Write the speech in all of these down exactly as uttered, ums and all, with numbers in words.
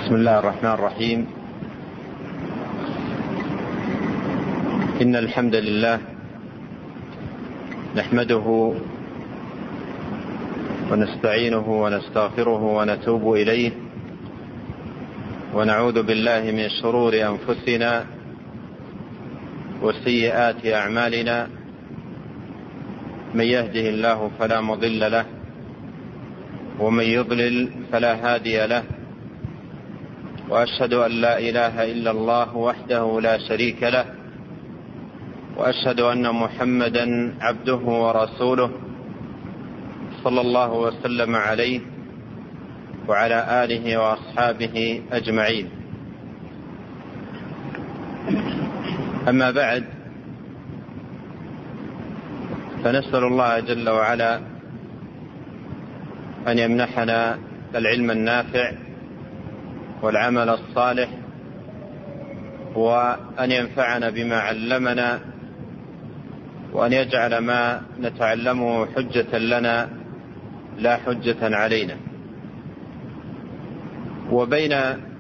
بسم الله الرحمن الرحيم. إن الحمد لله نحمده ونستعينه ونستغفره ونتوب إليه، ونعوذ بالله من شرور أنفسنا وسيئات أعمالنا. من يهده الله فلا مضل له، ومن يضلل فلا هادي له، وأشهد أن لا إله إلا الله وحده لا شريك له، وأشهد أن محمدا عبده ورسوله صلى الله وسلم عليه وعلى آله وأصحابه أجمعين. أما بعد، فنسأل الله جل وعلا أن يمنحنا العلم النافع والعمل الصالح، وأن ينفعنا بما علمنا، وأن يجعل ما نتعلمه حجة لنا لا حجة علينا. وبين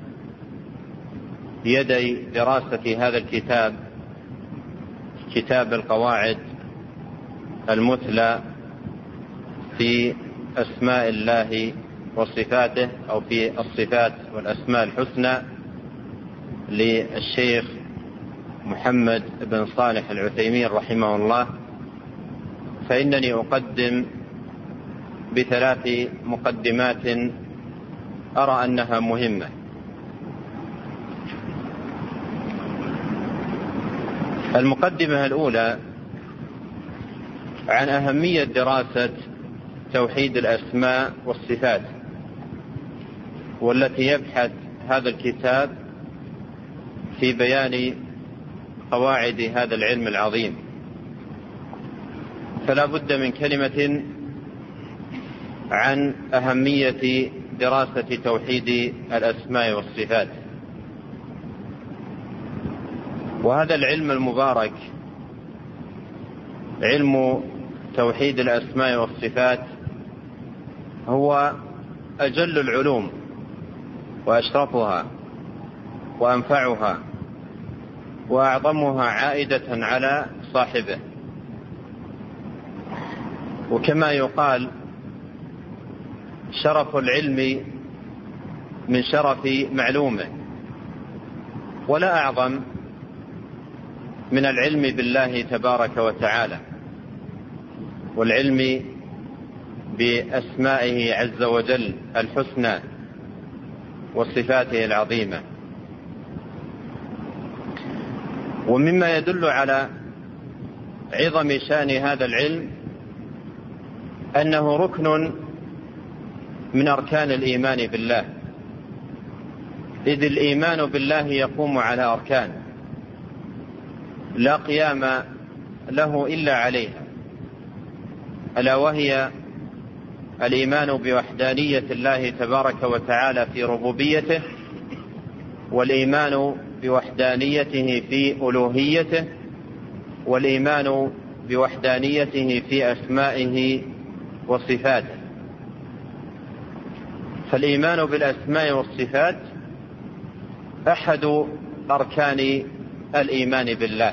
يدي دراسة هذا الكتاب، كتاب القواعد المثلى في أسماء الله وصفاته، أو في الصفات والأسماء الحسنى للشيخ محمد بن صالح العثيمين رحمه الله، فإنني أقدم بثلاث مقدمات أرى أنها مهمة. المقدمة الأولى عن أهمية دراسة توحيد الأسماء والصفات، والتي يبحث هذا الكتاب في بيان قواعد هذا العلم العظيم. فلا بد من كلمة عن أهمية دراسة توحيد الأسماء والصفات. وهذا العلم المبارك، علم توحيد الأسماء والصفات، هو أجل العلوم وأشرفها وأنفعها وأعظمها عائدة على صاحبه. وكما يقال: شرف العلم من شرف معلومه، ولا أعظم من العلم بالله تبارك وتعالى، والعلم بأسمائه عز وجل الحسنى وصفاته العظيمة. ومما يدل على عظم شأن هذا العلم أنه ركن من أركان الإيمان بالله، إذ الإيمان بالله يقوم على أركان لا قيام له إلا عليها، ألا وهي الإيمان بوحدانية الله تبارك وتعالى في ربوبيته، والإيمان بوحدانيته في ألوهيته، والإيمان بوحدانيته في أسمائه وصفاته. فالإيمان بالأسماء والصفات أحد أركان الإيمان بالله.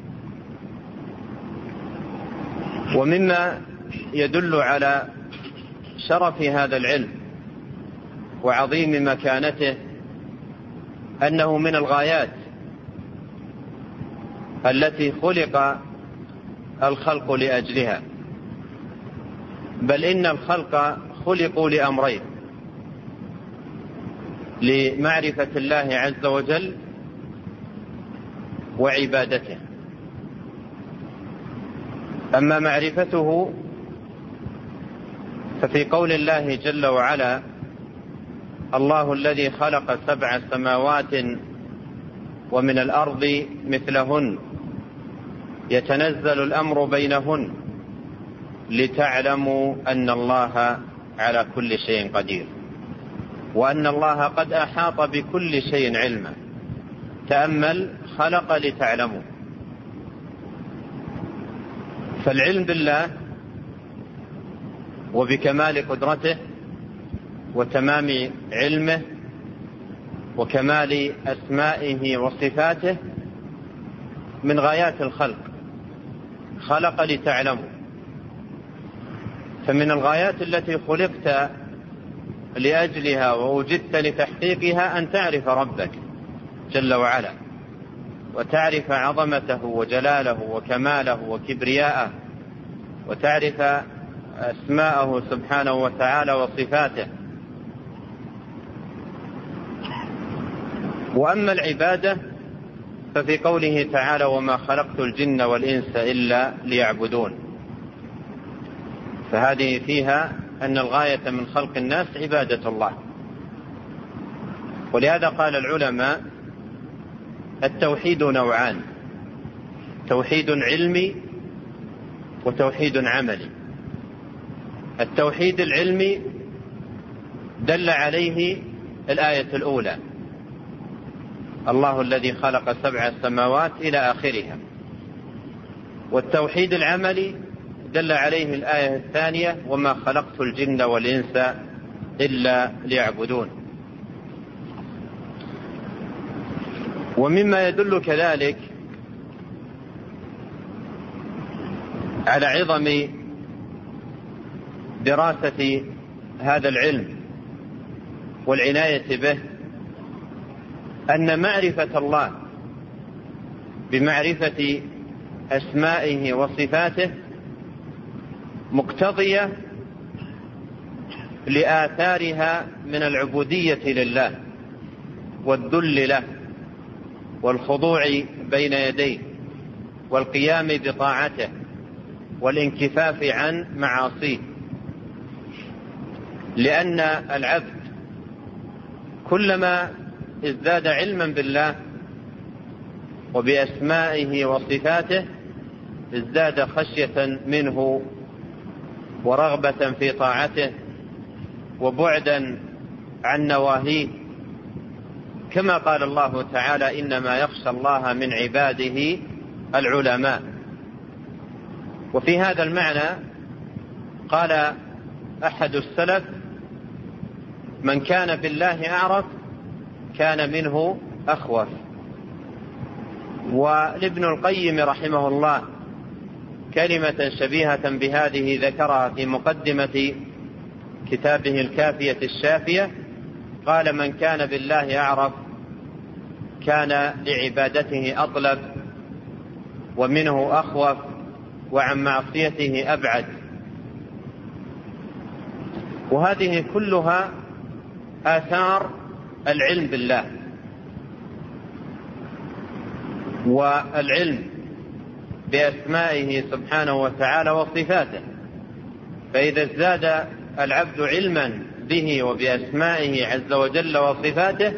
ومما يدل على شرف هذا العلم وعظيم مكانته أنه من الغايات التي خلق الخلق لأجلها، بل إن الخلق خلقوا لأمرين: لمعرفة الله عز وجل وعبادته. أما معرفته ففي قول الله جل وعلا: الله الذي خلق سبع سماوات ومن الأرض مثلهن يتنزل الأمر بينهن لتعلموا أن الله على كل شيء قدير، وأن الله قد أحاط بكل شيء علما. تأمل: خلق لتعلموا. فالعلم بالله وبكمال قدرته وتمام علمه وكمال أسمائه وصفاته من غايات الخلق، خلق لتعلموا. فمن الغايات التي خلقت لأجلها ووجدت لتحقيقها أن تعرف ربك جل وعلا، وتعرف عظمته وجلاله وكماله وكبرياءه، وتعرف أسماءه سبحانه وتعالى وصفاته. وأما العبادة ففي قوله تعالى: وما خلقت الجن والإنس إلا ليعبدون، فهذه فيها أن الغاية من خلق الناس عبادة الله. ولهذا قال العلماء: التوحيد نوعان، توحيد علمي وتوحيد عملي. التوحيد العلمي دل عليه الآية الأولى: الله الذي خلق سبع سماوات إلى آخرها. والتوحيد العملي دل عليه الآية الثانية: وما خلقت الجن والإنس إلا ليعبدون. ومما يدل كذلك على عظم دراسة هذا العلم والعناية به أن معرفة الله بمعرفة أسمائه وصفاته مقتضية لآثارها من العبودية لله والذل له والخضوع بين يديه والقيام بطاعته والانكفاف عن معاصيه. لأن العبد كلما ازداد علما بالله وبأسمائه وصفاته ازداد خشية منه ورغبة في طاعته وبعدا عن نواهيه، كما قال الله تعالى: إنما يخشى الله من عباده العلماء. وفي هذا المعنى قال أحد السلف: من كان بالله أعرف كان منه أخوف. ولابن القيم رحمه الله كلمة شبيهة بهذه ذكرها في مقدمة كتابه الكافية الشافية، قال: من كان بالله أعرف كان لعبادته أطلب ومنه أخوف وعن معصيته أبعد. وهذه كلها آثار العلم بالله والعلم بأسمائه سبحانه وتعالى وصفاته. فإذا ازداد العبد علما به وبأسمائه عز وجل وصفاته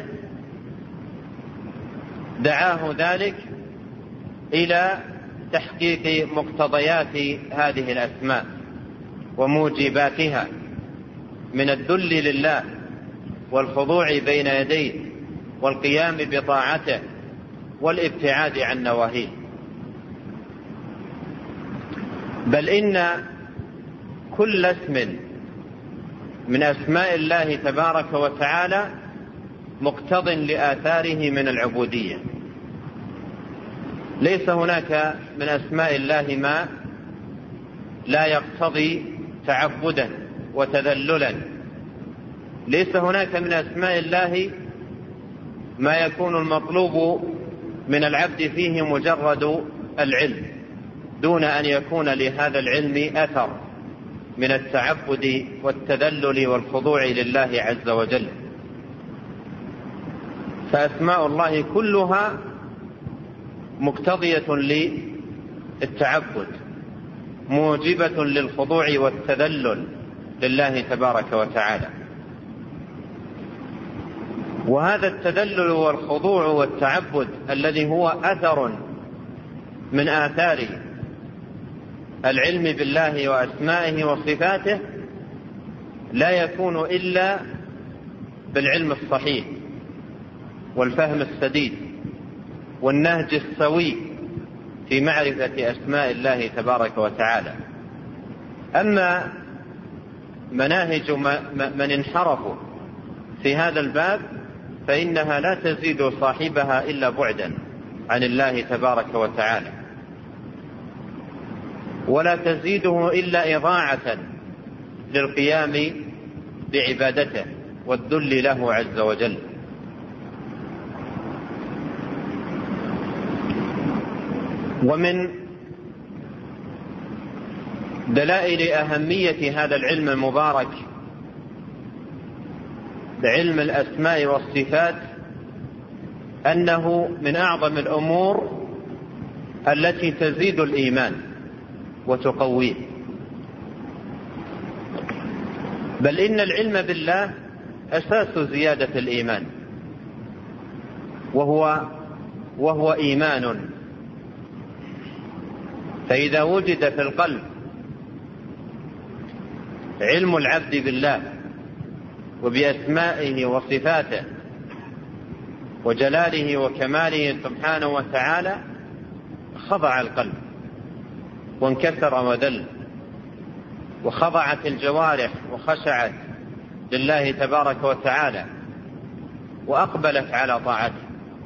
دعاه ذلك إلى تحقيق مقتضيات هذه الأسماء وموجباتها من الذل لله والخضوع بين يديه والقيام بطاعته والابتعاد عن نواهيه. بل إن كل اسم من أسماء الله تبارك وتعالى مقتض لآثاره من العبودية. ليس هناك من أسماء الله ما لا يقتضي تعبدا وتذللا. ليس هناك من أسماء الله ما يكون المطلوب من العبد فيه مجرد العلم دون أن يكون لهذا العلم أثر من التعبد والتذلل والخضوع لله عز وجل. فأسماء الله كلها مقتضية للتعبد موجبة للخضوع والتذلل لله تبارك وتعالى. وهذا التذلل والخضوع والتعبد الذي هو أثر من آثار العلم بالله وأسمائه وصفاته لا يكون إلا بالعلم الصحيح والفهم السديد والنهج السوي في معرفة أسماء الله تبارك وتعالى. أما مناهج من انحرفوا في هذا الباب فإنها لا تزيد صاحبها إلا بعدا عن الله تبارك وتعالى، ولا تزيده إلا إضاعة للقيام بعبادته والذل له عز وجل. ومن دلائل أهمية هذا العلم المبارك بعلم الأسماء والصفات أنه من أعظم الأمور التي تزيد الإيمان وتقويه، بل إن العلم بالله أساس زيادة الإيمان، وهو, وهو إيمان. فإذا وجد في القلب علم العبد بالله وبأسمائه وصفاته وجلاله وكماله سبحانه وتعالى، خضع القلب وانكسر وذل، وخضعت الجوارح وخشعت لله تبارك وتعالى وأقبلت على طاعته.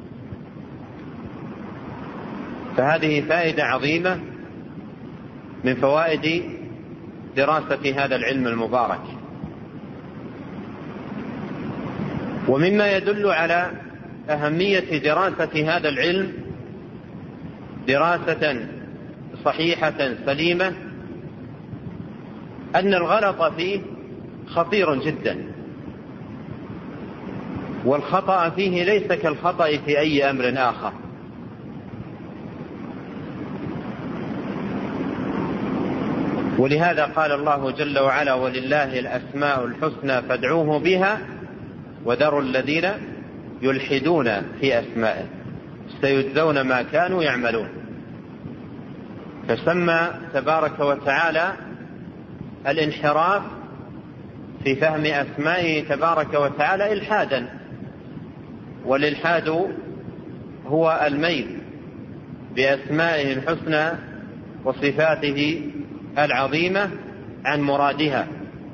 فهذه فائدة عظيمة من فوائد دراسة هذا العلم المبارك. ومما يدل على أهمية دراسة هذا العلم دراسة صحيحة سليمة أن الغلط فيه خطير جدا، والخطأ فيه ليس كالخطأ في أي أمر آخر. ولهذا قال الله جل وعلا: ولله الأسماء الحسنى فادعوه بها وذروا الذين يلحدون في أسمائه سيجزون ما كانوا يعملون. فسمى تبارك وتعالى الانحراف في فهم أسمائه تبارك وتعالى إلحادا، والإلحاد هو الميل بأسمائه الحسنى وصفاته العظيمة عن مرادها.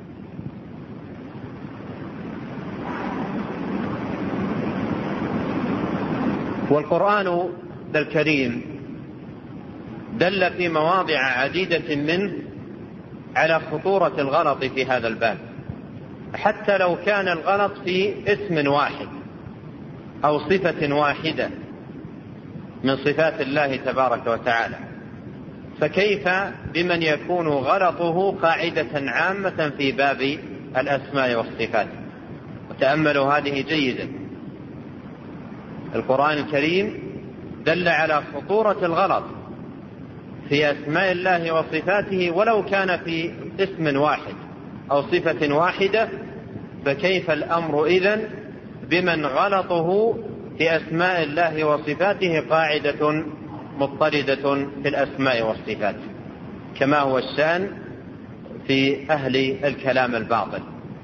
والقرآن الكريم دل في مواضع عديدة منه على خطورة الغلط في هذا الباب، حتى لو كان الغلط في اسم واحد أو صفة واحدة من صفات الله تبارك وتعالى، فكيف بمن يكون غلطه قاعدة عامة في باب الأسماء والصفات؟ وتأملوا هذه جيدا. القرآن الكريم دل على خطورة الغلط في أسماء الله وصفاته ولو كان في اسم واحد أو صفة واحدة، فكيف الأمر إذن بمن غلطه في أسماء الله وصفاته قاعدة مضطردة في الأسماء والصفات، كما هو الشأن في أهل الكلام الباطل.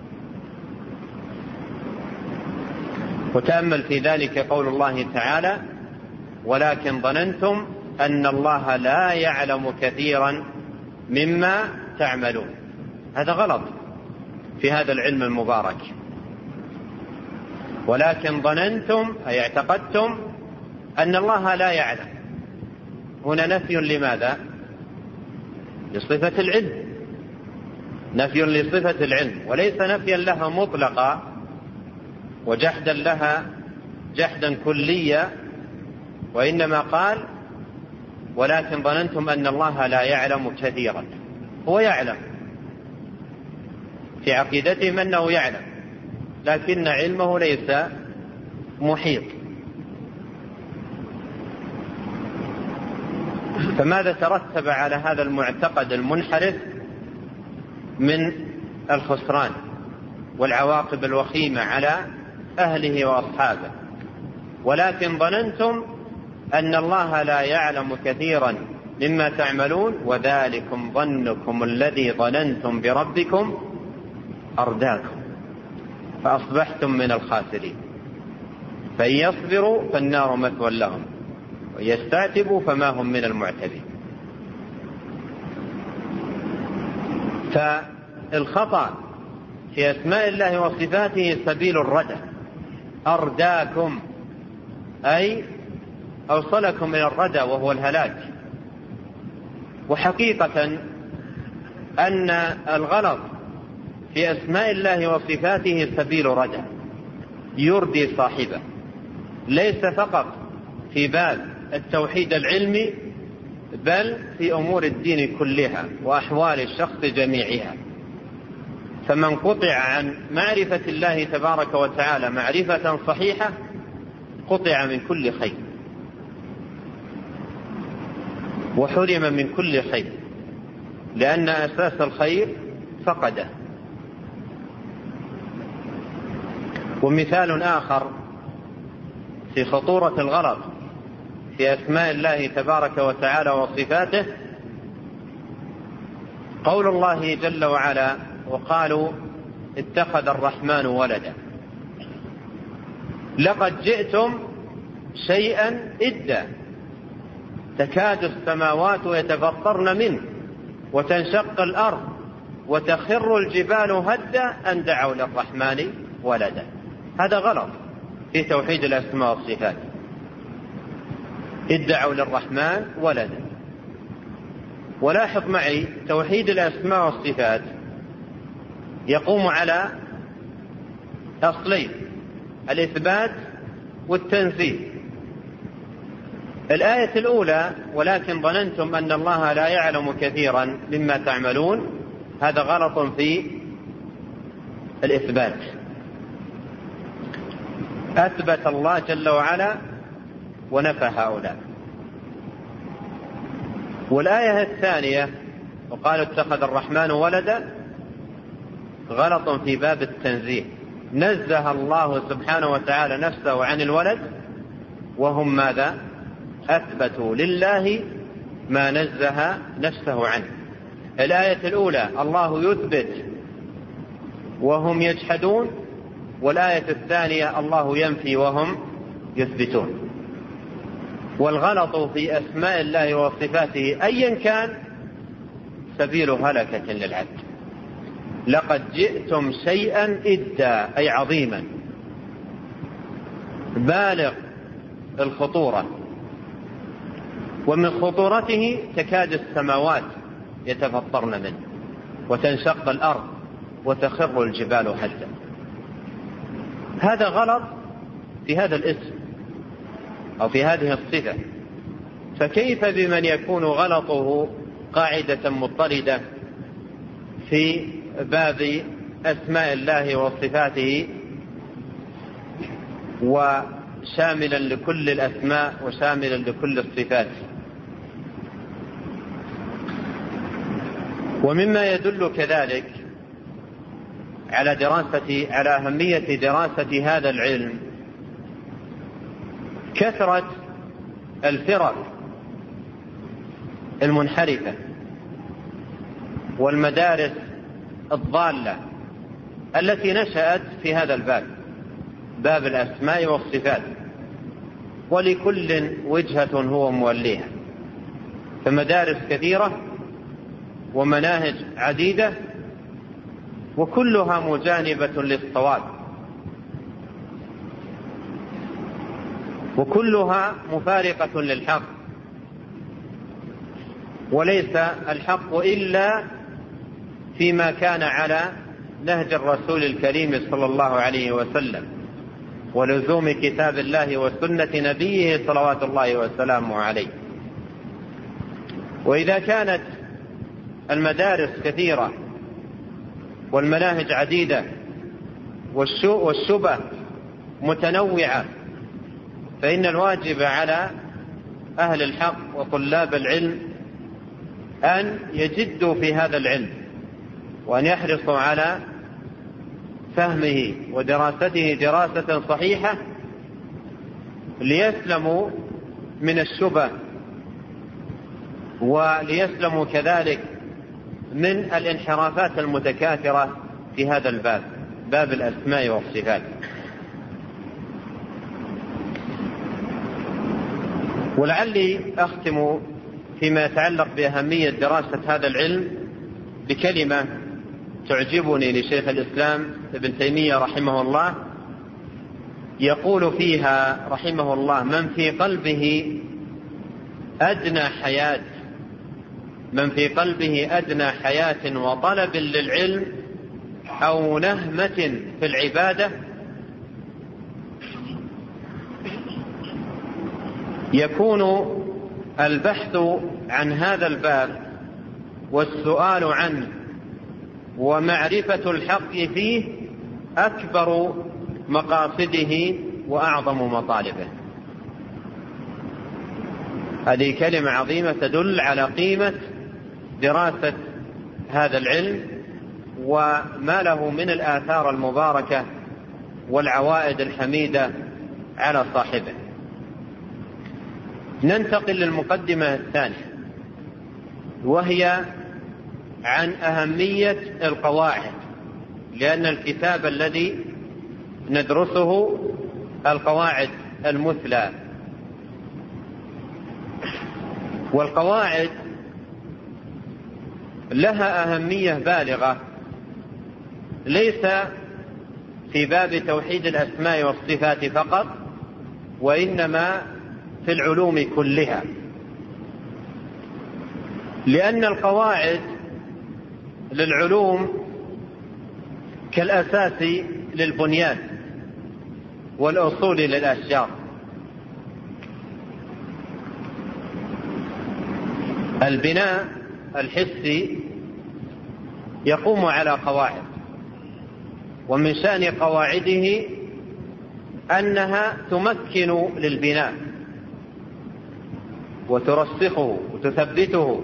وتأمل في ذلك قول الله تعالى: ولكن ظننتم أن الله لا يعلم كثيرا مما تعملون. هذا غلط في هذا العلم المبارك. ولكن ظننتم أي اعتقدتم أن الله لا يعلم. هنا نفي لماذا؟ لصفة العلم، نفي لصفة العلم، وليس نفيا لها مطلقا وجحدا لها جحدا كليا، وإنما قال: ولكن ظننتم أن الله لا يعلم كثيرا. هو يعلم في عقيدتهم أنه يعلم، لكن علمه ليس محيط. فماذا ترتب على هذا المعتقد المنحرف من الخسران والعواقب الوخيمة على أهله وأصحابه؟ ولكن ظننتم أن الله لا يعلم كثيرا مما تعملون وذلكم ظنكم الذي ظننتم بربكم أرداكم فأصبحتم من الخاسرين. فإن يصبروا فالنار مثوى لهم وإن يستعتبوا فما هم من المعتبين. فالخطأ في أسماء الله وصفاته سبيل الردى أرداكم أي أوصلكم إلى الردى وهو الهلاك. وحقيقة أن الغلط في أسماء الله وصفاته سبيل ردى يردي صاحبه، ليس فقط في باب التوحيد العلمي بل في أمور الدين كلها وأحوال الشخص جميعها. فمن قطع عن معرفة الله تبارك وتعالى معرفة صحيحة قطع من كل خير وحرم من كل خير، لأن أساس الخير فقده. ومثال آخر في خطورة الغلط في أسماء الله تبارك وتعالى وصفاته قول الله جل وعلا: وقالوا اتخذ الرحمن ولدا. لقد جئتم شيئا إدا، تكاد السماوات يتفطرن منه وتنشق الأرض وتخر الجبال هدا أن دعوا للرحمن ولدا. هذا غلط في توحيد الأسماء والصفات، ادعوا للرحمن ولدا. ولاحظ معي توحيد الأسماء والصفات يقوم على أصلين: الإثبات والتنزيه. الآية الأولى: ولكن ظننتم أن الله لا يعلم كثيرا مما تعملون، هذا غلط في الإثبات، أثبت الله جل وعلا ونفى هؤلاء. والآية الثانية: وقالوا اتخذ الرحمن ولدا، غلط في باب التنزيه، نزه الله سبحانه وتعالى نفسه عن الولد، وهم ماذا؟ أثبتوا لله ما نزه نفسه عنه. الآية الأولى الله يثبت وهم يجحدون، والآية الثانية الله ينفي وهم يثبتون. والغلط في أسماء الله وصفاته أيا كان سبيل هلكة للعبد. لقد جئتم شيئا إدا أي عظيما بالغ الخطورة، ومن خطورته تكاد السماوات يتفطرن منه وتنشق الأرض وتخر الجبال هدا. هذا غلط في هذا الاسم أو في هذه الصفة، فكيف بمن يكون غلطه قاعدة مضطردة في باب أسماء الله وصفاته وشاملا لكل الأسماء وشاملا لكل الصفات. ومما يدل كذلك على دراسة على أهمية دراسة هذا العلم كثرة الفرق المنحرفة والمدارس الضالة التي نشأت في هذا الباب، باب الأسماء والصفات، ولكل وجهة هو موليها. فمدارس كثيرة ومناهج عديدة وكلها مجانبة للصواب، وكلها مفارقة للحق، وليس الحق إلا فيما كان على نهج الرسول الكريم صلى الله عليه وسلم ولزوم كتاب الله وسنة نبيه صلوات الله وسلامه عليه. وإذا كانت المدارس كثيرة والمناهج عديدة والشبه متنوعة، فإن الواجب على أهل الحق وطلاب العلم أن يجدوا في هذا العلم وأن يحرصوا على فهمه ودراسته دراسة صحيحة ليسلموا من الشبه وليسلموا كذلك من الانحرافات المتكاثرة في هذا الباب، باب الأسماء والصفات. ولعلي أختم فيما يتعلق بأهمية دراسة هذا العلم بكلمة تعجبني لشيخ الإسلام ابن تيمية رحمه الله، يقول فيها رحمه الله: من في قلبه أدنى حياة من في قلبه أدنى حياة وطلب للعلم أو نهمة في العبادة يكون البحث عن هذا الباب والسؤال عنه ومعرفة الحق فيه أكبر مقاصده وأعظم مطالبه. هذه كلمة عظيمة تدل على قيمة دراسة هذا العلم وما له من الآثار المباركة والعوائد الحميدة على صاحبه. ننتقل للمقدمة الثانية، وهي عن أهمية القواعد، لأن الكتاب الذي ندرسه القواعد المثلى. والقواعد لها أهمية بالغة، ليس في باب توحيد الأسماء والصفات فقط، وإنما في العلوم كلها، لأن القواعد للعلوم كالأساس للبنيان والأصول للأشجار. البناء الحسي يقوم على قواعد، ومن شأن قواعده أنها تمكن للبناء وترسخه وتثبته.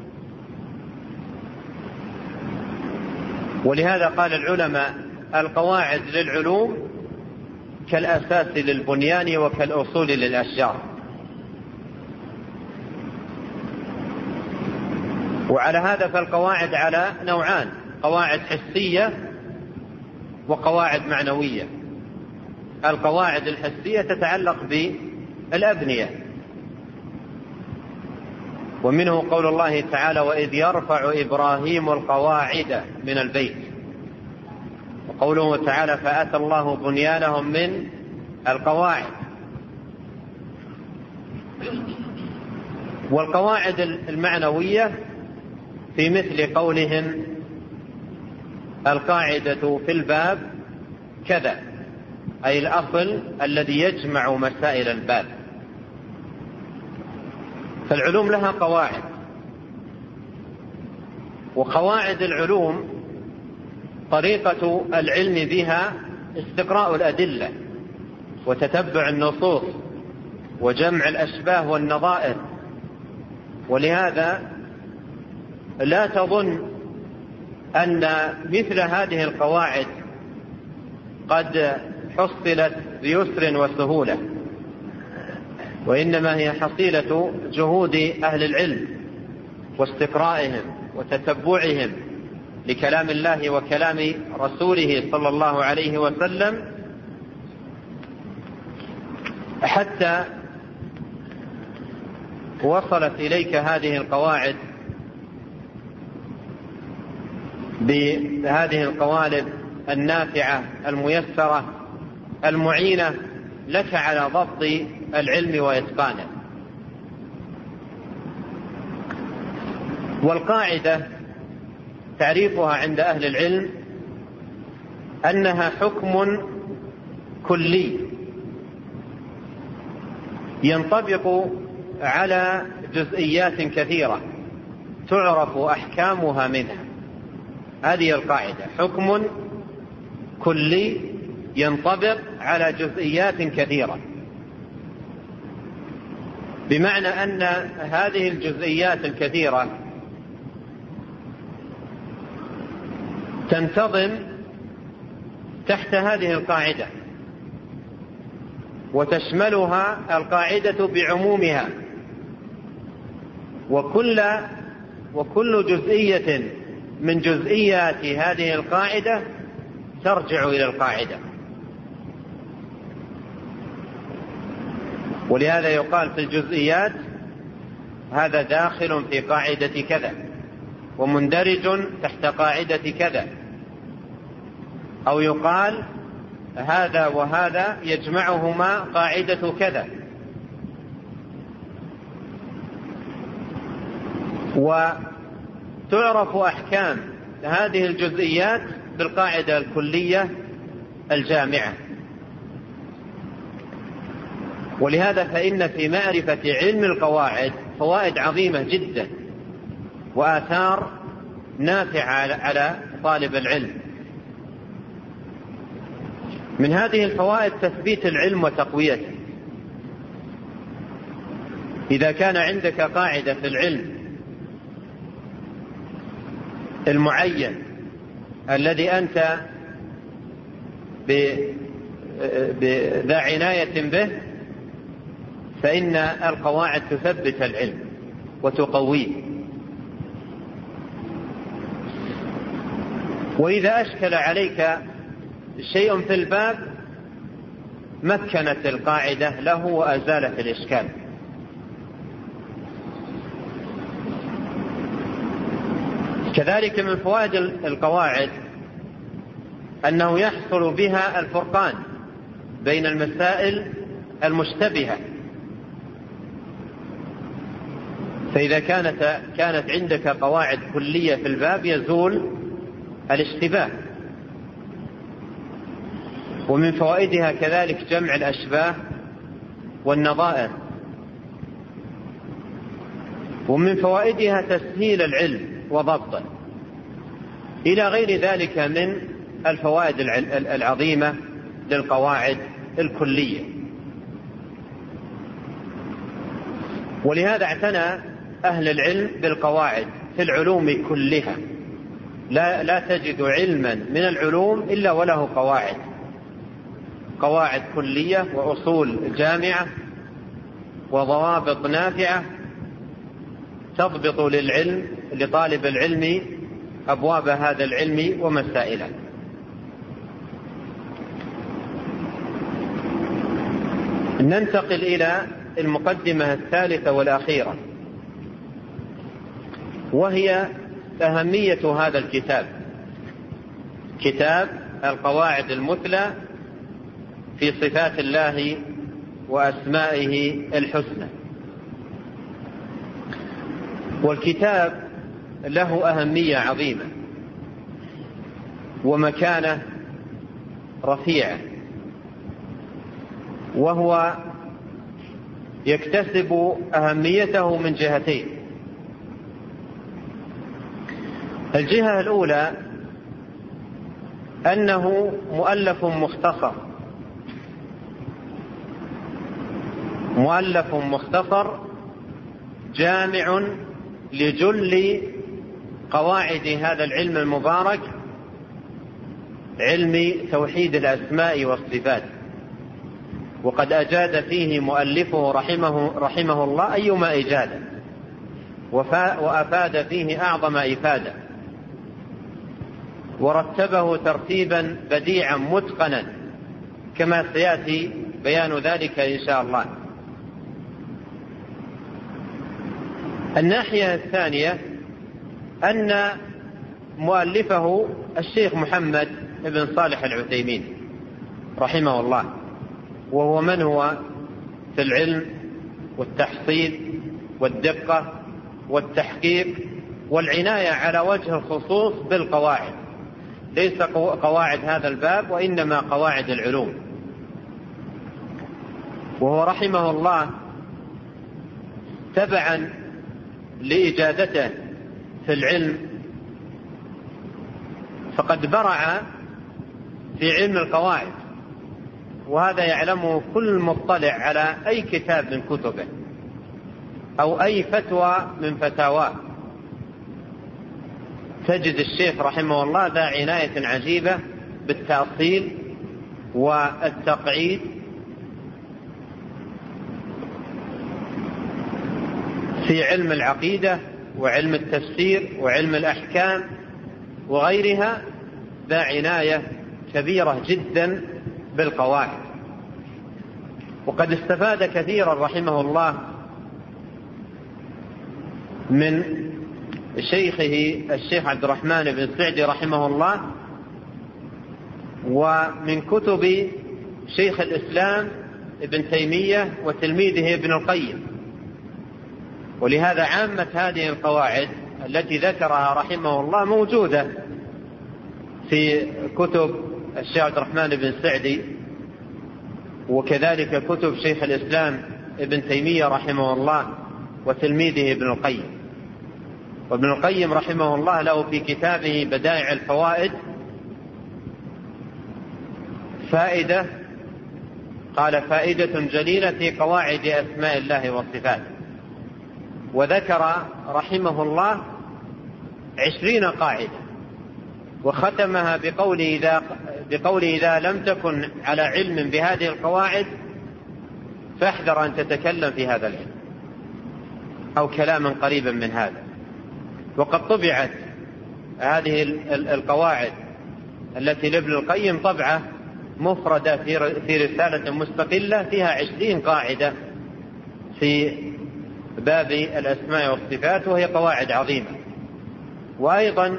ولهذا قال العلماء: القواعد للعلوم كالأساس للبنيان وكالأصول للأشجار. وعلى هذا فالقواعد على نوعان: قواعد حسية وقواعد معنوية. القواعد الحسية تتعلق بالأبنية، ومنه قول الله تعالى: وإذ يرفع إبراهيم القواعد من البيت، وقوله تعالى: فأتى الله بنيانهم من القواعد. والقواعد المعنوية في مثل قولهم: القاعدة في الباب كذا، أي الأصل الذي يجمع مسائل الباب. فالعلوم لها قواعد، وقواعد العلوم طريقة العلم بها استقراء الأدلة وتتبع النصوص وجمع الأشباه والنظائر. ولهذا لا تظن أن مثل هذه القواعد قد حصلت بيسر وسهولة، وإنما هي حصيلة جهود أهل العلم واستقرائهم وتتبعهم لكلام الله وكلام رسوله صلى الله عليه وسلم، حتى وصلت إليك هذه القواعد بهذه القوالب النافعة الميسرة المعينة لك على ضبط العلم وإتقانه. والقاعدة تعريفها عند أهل العلم أنها حكم كلي ينطبق على جزئيات كثيرة تعرف أحكامها منها. هذه القاعدة: حكم كلي ينطبق على جزئيات كثيرة، بمعنى أن هذه الجزئيات الكثيرة تنتظم تحت هذه القاعدة، وتشملها القاعدة بعمومها، وكل وكل جزئية من جزئيات هذه القاعدة ترجع إلى القاعدة. ولهذا يقال في الجزئيات: هذا داخل في قاعدة كذا ومندرج تحت قاعدة كذا. أو يقال: هذا وهذا يجمعهما قاعدة كذا، وتعرف أحكام هذه الجزئيات بالقاعدة الكلية الجامعة. ولهذا فإن في معرفة علم القواعد فوائد عظيمة جدا وآثار نافعة على طالب العلم. من هذه الفوائد تثبيت العلم وتقويته. إذا كان عندك قاعدة في العلم المعين الذي أنت بذا عناية به، فإن القواعد تثبت العلم وتقويه. وإذا أشكل عليك شيء في الباب مكنت القاعدة له وأزالت الإشكال. كذلك من فوائد القواعد أنه يحصل بها الفرقان بين المسائل المشتبهة. فإذا كانت كانت عندك قواعد كلية في الباب يزول الاشتباه. ومن فوائدها كذلك جمع الأشباه والنظائر. ومن فوائدها تسهيل العلم وضبطه، إلى غير ذلك من الفوائد العظيمة للقواعد الكلية. ولهذا اعتنى أهل العلم بالقواعد في العلوم كلها. لا, لا تجد علما من العلوم إلا وله قواعد، قواعد كلية وأصول جامعة وضوابط نافعة تضبط للعلم لطالب العلم أبواب هذا العلم ومسائله. ننتقل إلى المقدمة الثالثة والأخيرة، وهي أهمية هذا الكتاب، كتاب القواعد المثلى في صفات الله وأسمائه الحسنى. والكتاب له أهمية عظيمة ومكانة رفيعة، وهو يكتسب أهميته من جهتين. الجهة الأولى أنه مؤلف مختصر، مؤلف مختصر جامع لجل قواعد هذا العلم المبارك، علم توحيد الأسماء والصفات. وقد أجاد فيه مؤلفه رحمه, رحمه الله أيما إجادة، وأفاد فيه أعظم إفادة، ورتبه ترتيبا بديعا متقنا كما سيأتي بيان ذلك إن شاء الله. الناحية الثانية أن مؤلفه الشيخ محمد بن صالح العثيمين رحمه الله، وهو من هو في العلم والتحصيل والدقة والتحقيق والعناية على وجه الخصوص بالقواعد، ليس قواعد هذا الباب وإنما قواعد العلوم. وهو رحمه الله تبعا لإجادته في العلم فقد برع في علم القواعد، وهذا يعلمه كل مطلع على أي كتاب من كتبه أو أي فتوى من فتاواه. تجد الشيخ رحمه الله ذا عناية عجيبة بالتأصيل والتقعيد في علم العقيدة وعلم التفسير وعلم الأحكام وغيرها، ذا عناية كبيرة جدا بالقواعد. وقد استفاد كثيرا رحمه الله من شيخه الشيخ عبد الرحمن بن سعدي رحمه الله، ومن كتب شيخ الإسلام ابن تيمية وتلميذه ابن القيم. ولهذا عامة هذه القواعد التي ذكرها رحمه الله موجودة في كتب الشيخ عبد الرحمن بن سعدي، وكذلك كتب شيخ الإسلام ابن تيمية رحمه الله وتلميذه ابن القيم. وابن القيم رحمه الله له في كتابه بدائع الفوائد فائدة، قال: فائدة جليلة في قواعد أسماء الله وصفاته. وذكر رحمه الله عشرين قاعدة، وختمها بقوله إذا, بقوله إذا لم تكن على علم بهذه القواعد فاحذر أن تتكلم في هذا العلم أو كلاما قريبا من هذا. وقد طبعت هذه القواعد التي لابن القيم طبعة مفردة في رسالة مستقلة فيها عشرين قاعدة في باب الأسماء والصفات، وهي قواعد عظيمة. وأيضا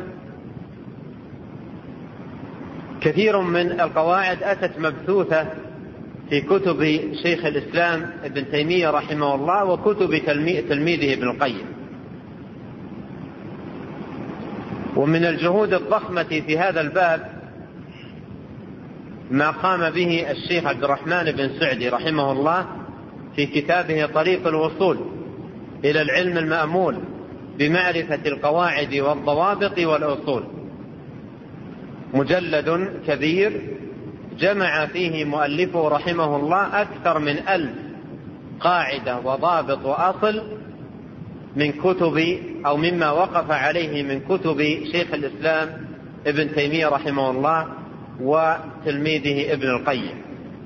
كثير من القواعد أتت مبثوثة في كتب شيخ الإسلام ابن تيمية رحمه الله وكتب تلميذه ابن القيم. ومن الجهود الضخمة في هذا الباب ما قام به الشيخ عبد الرحمن بن سعدي رحمه الله في كتابه طريق الوصول إلى العلم المأمول بمعرفة القواعد والضوابط والأصول، مجلد كبير جمع فيه مؤلفه رحمه الله أكثر من ألف قاعدة وضابط وأصل من كتب أو مما وقف عليه من كتب شيخ الإسلام ابن تيمية رحمه الله وتلميذه ابن القيم.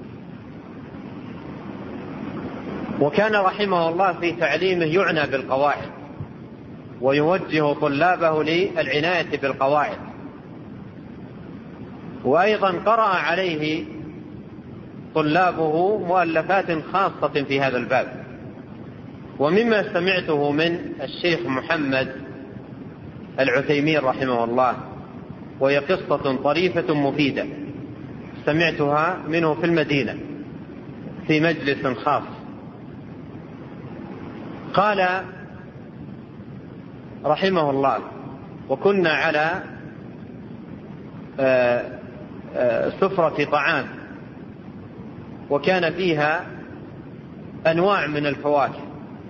وكان رحمه الله في تعليمه يعنى بالقواعد ويوجه طلابه للعناية بالقواعد. وأيضا قرأ عليه طلابه مؤلفات خاصة في هذا الباب. ومما سمعته من الشيخ محمد العثيمين رحمه الله، وهي قصة طريفة مفيدة سمعتها منه في المدينة في مجلس خاص. قال رحمه الله: وكنا على سفرة طعام وكان فيها أنواع من الفواكه،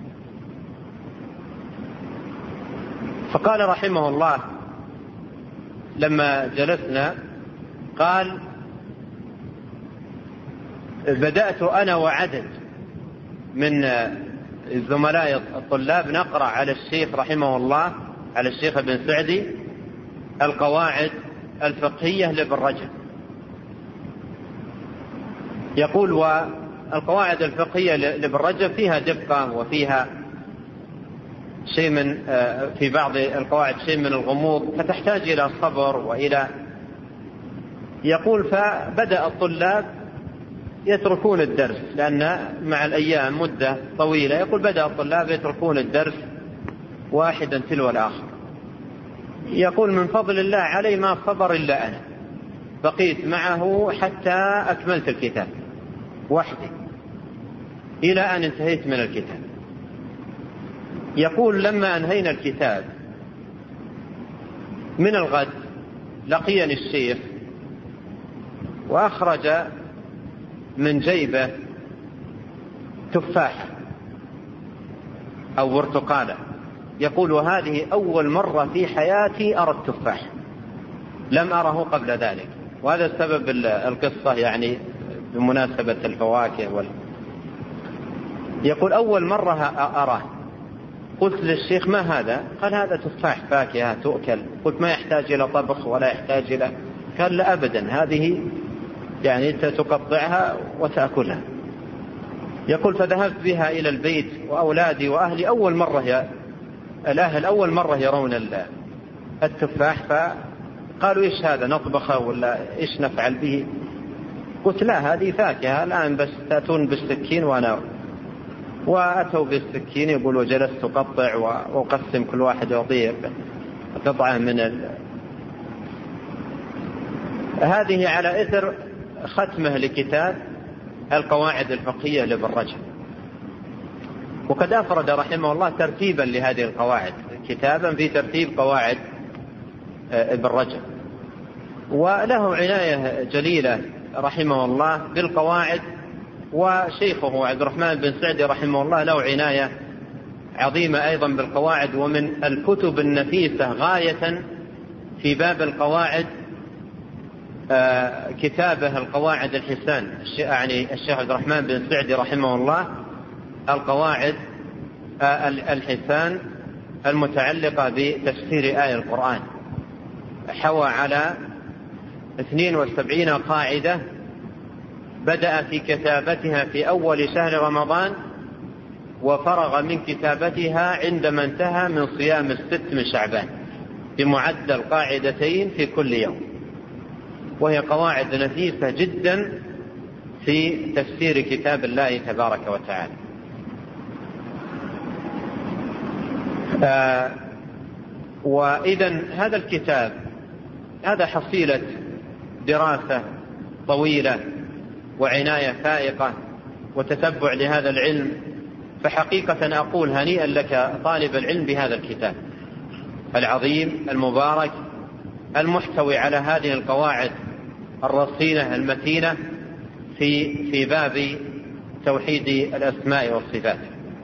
فقال رحمه الله لما جلسنا، قال: بدأت أنا وعدد من الزملاء الطلاب نقرأ على الشيخ رحمه الله، على الشيخ ابن سعدي، القواعد الفقهية لابن رجب. يقول: والقواعد الفقهية لابن رجب فيها دقة وفيها شيء من في بعض القواعد شيء من الغموض، فتحتاج إلى صبر وإلى. يقول: فبدأ الطلاب يتركون الدرس لأن مع الأيام مدة طويلة. يقول: بدأ الطلاب يتركون الدرس واحدا تلو الآخر. يقول: من فضل الله علي ما صبر إلا أنا، بقيت معه حتى أكملت الكتاب وحدي إلى أن انتهيت من الكتاب. يقول: لما أنهينا الكتاب من الغد لقيني الشيخ وأخرج من جيبه تفاحة أو برتقالة. يقول: وهذه أول مرة في حياتي أرى التفاح، لم أره قبل ذلك. وهذا سبب القصة يعني بمناسبة الفواكه وال... يقول: أول مرة أراه. قلت للشيخ: ما هذا؟ قال: هذا تفاح فاكهة تؤكل. قلت: ما يحتاج إلى طبخ ولا يحتاج إلى. قال: لا أبدا، هذه يعني أنت تقطعها وتأكلها. يقول: فذهبت بها إلى البيت وأولادي وأهلي أول مرة يا الأهل أول مرة يرون التفاح، فقالوا: إيش هذا، نطبخه ولا إيش نفعل به؟ قلت: لا، هذه فاكهة الآن بس تأتون بالسكين وأنا. وأتوا بالسكين. يقول: وجلست أقطع وأقسم كل واحد يعطيه قطعة من ال... هذه على إثر ختمه لكتاب القواعد الفقهية لابن رجب، وقد أفرد رحمه الله ترتيبا لهذه القواعد، كتابا في ترتيب قواعد ابن رجب، وله عناية جليلة رحمه الله بالقواعد. وشيخه عبد الرحمن بن سعدي رحمه الله له عناية عظيمة أيضا بالقواعد، ومن الكتب النفيسة غاية في باب القواعد كتابه القواعد الحسان، يعني الشيخ عبد الرحمن بن سعدي رحمه الله القواعد الحسان المتعلقة بتفسير آية القرآن، حوى على اثنين وسبعين قاعدة، بدأ في كتابتها في أول شهر رمضان، وفرغ من كتابتها عندما انتهى من صيام الست من شعبان بمعدل قاعدتين في كل يوم، وهي قواعد نفيسة جدا في تفسير كتاب الله تبارك وتعالى. آه وإذن هذا الكتاب هذا حصيلة دراسة طويلة وعناية فائقة وتتبع لهذا العلم، فحقيقة أقول هنيئا لك طالب العلم بهذا الكتاب العظيم المبارك المحتوي على هذه القواعد الرصينة المتينة في في باب توحيد الأسماء والصفات.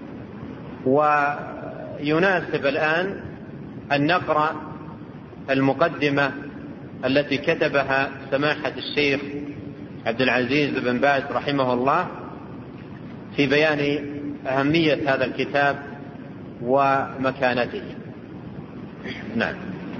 ويناسب الآن أن نقرأ المقدمة التي كتبها سماحة الشيخ عبد العزيز بن باز رحمه الله في بيان أهمية هذا الكتاب ومكانته. نعم.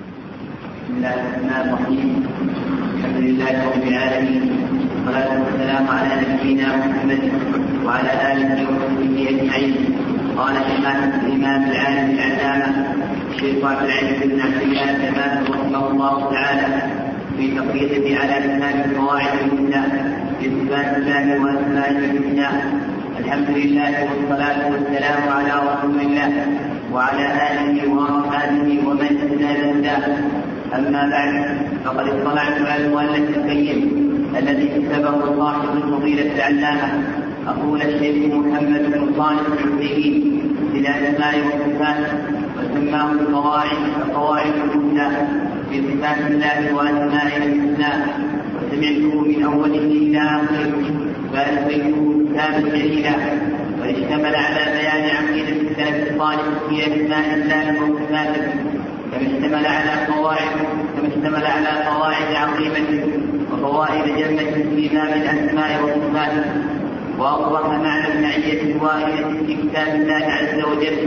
بسم الله الرحمن الرحيم. الحمد لله رب العالمين، والصلاة والسلام على نبينا محمد وعلى آله وصحبه أجمعين. قال الإمام العالم العلامة الشيخ عبد العزيز بن عبد الله بن باز رحمه الله تعالى في تقريره على كتاب القواعد المثلى في صفات الله وأسمائه الحسنى. الحمد لله والصلاة والسلام على رسول الله وعلى آله وأصحابه ومن اهتدى بهداه. أما بعد، فقد اطلعت على المؤلف القيم الذي كتبه صاحب الفضيلة العلامة أقول الشيخ محمد بن صالح العثيمين في الأسماء والصفات، وسماه القواعد القواعد المثلى في صفات الله وأسمائه الحسنى، وسمعته من أوله إلى آخره، فألفيته كتابا جليلا واشتمل على بيان عقيدة السلف الصالح في أسماء الله وصفاته، كما اشتمل على قواعد كما اشتمل على قواعد عظيمة وفوائد جمة في باب الأسماء والصفات. وأوضح معنى المعية الواردة في كتاب الله عز وجل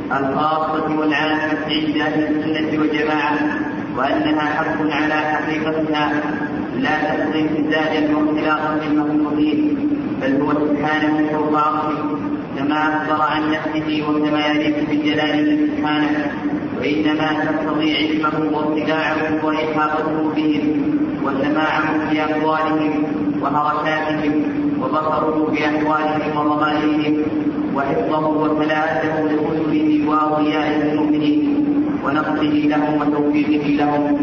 الخاصة والعامة عند أهل السنة والجماعة، وأنها حق على حقيقتها لا تقضي امتزاجا واختلاطا بالمخلوقين، بل هو سبحانه فوق عرشه كما أخبر عن نفسه وكما يليق بجلاله سبحانه، وإنما تقتضي علمه واطلاعه وإحاطته بهم وسماعه بأقوالهم وحركاتهم وبصره بأحوالهم وضمائرهم وحفظه وسلاته لرسله وأوليائه المؤمنين ونصره لهم وتوفيقه لهم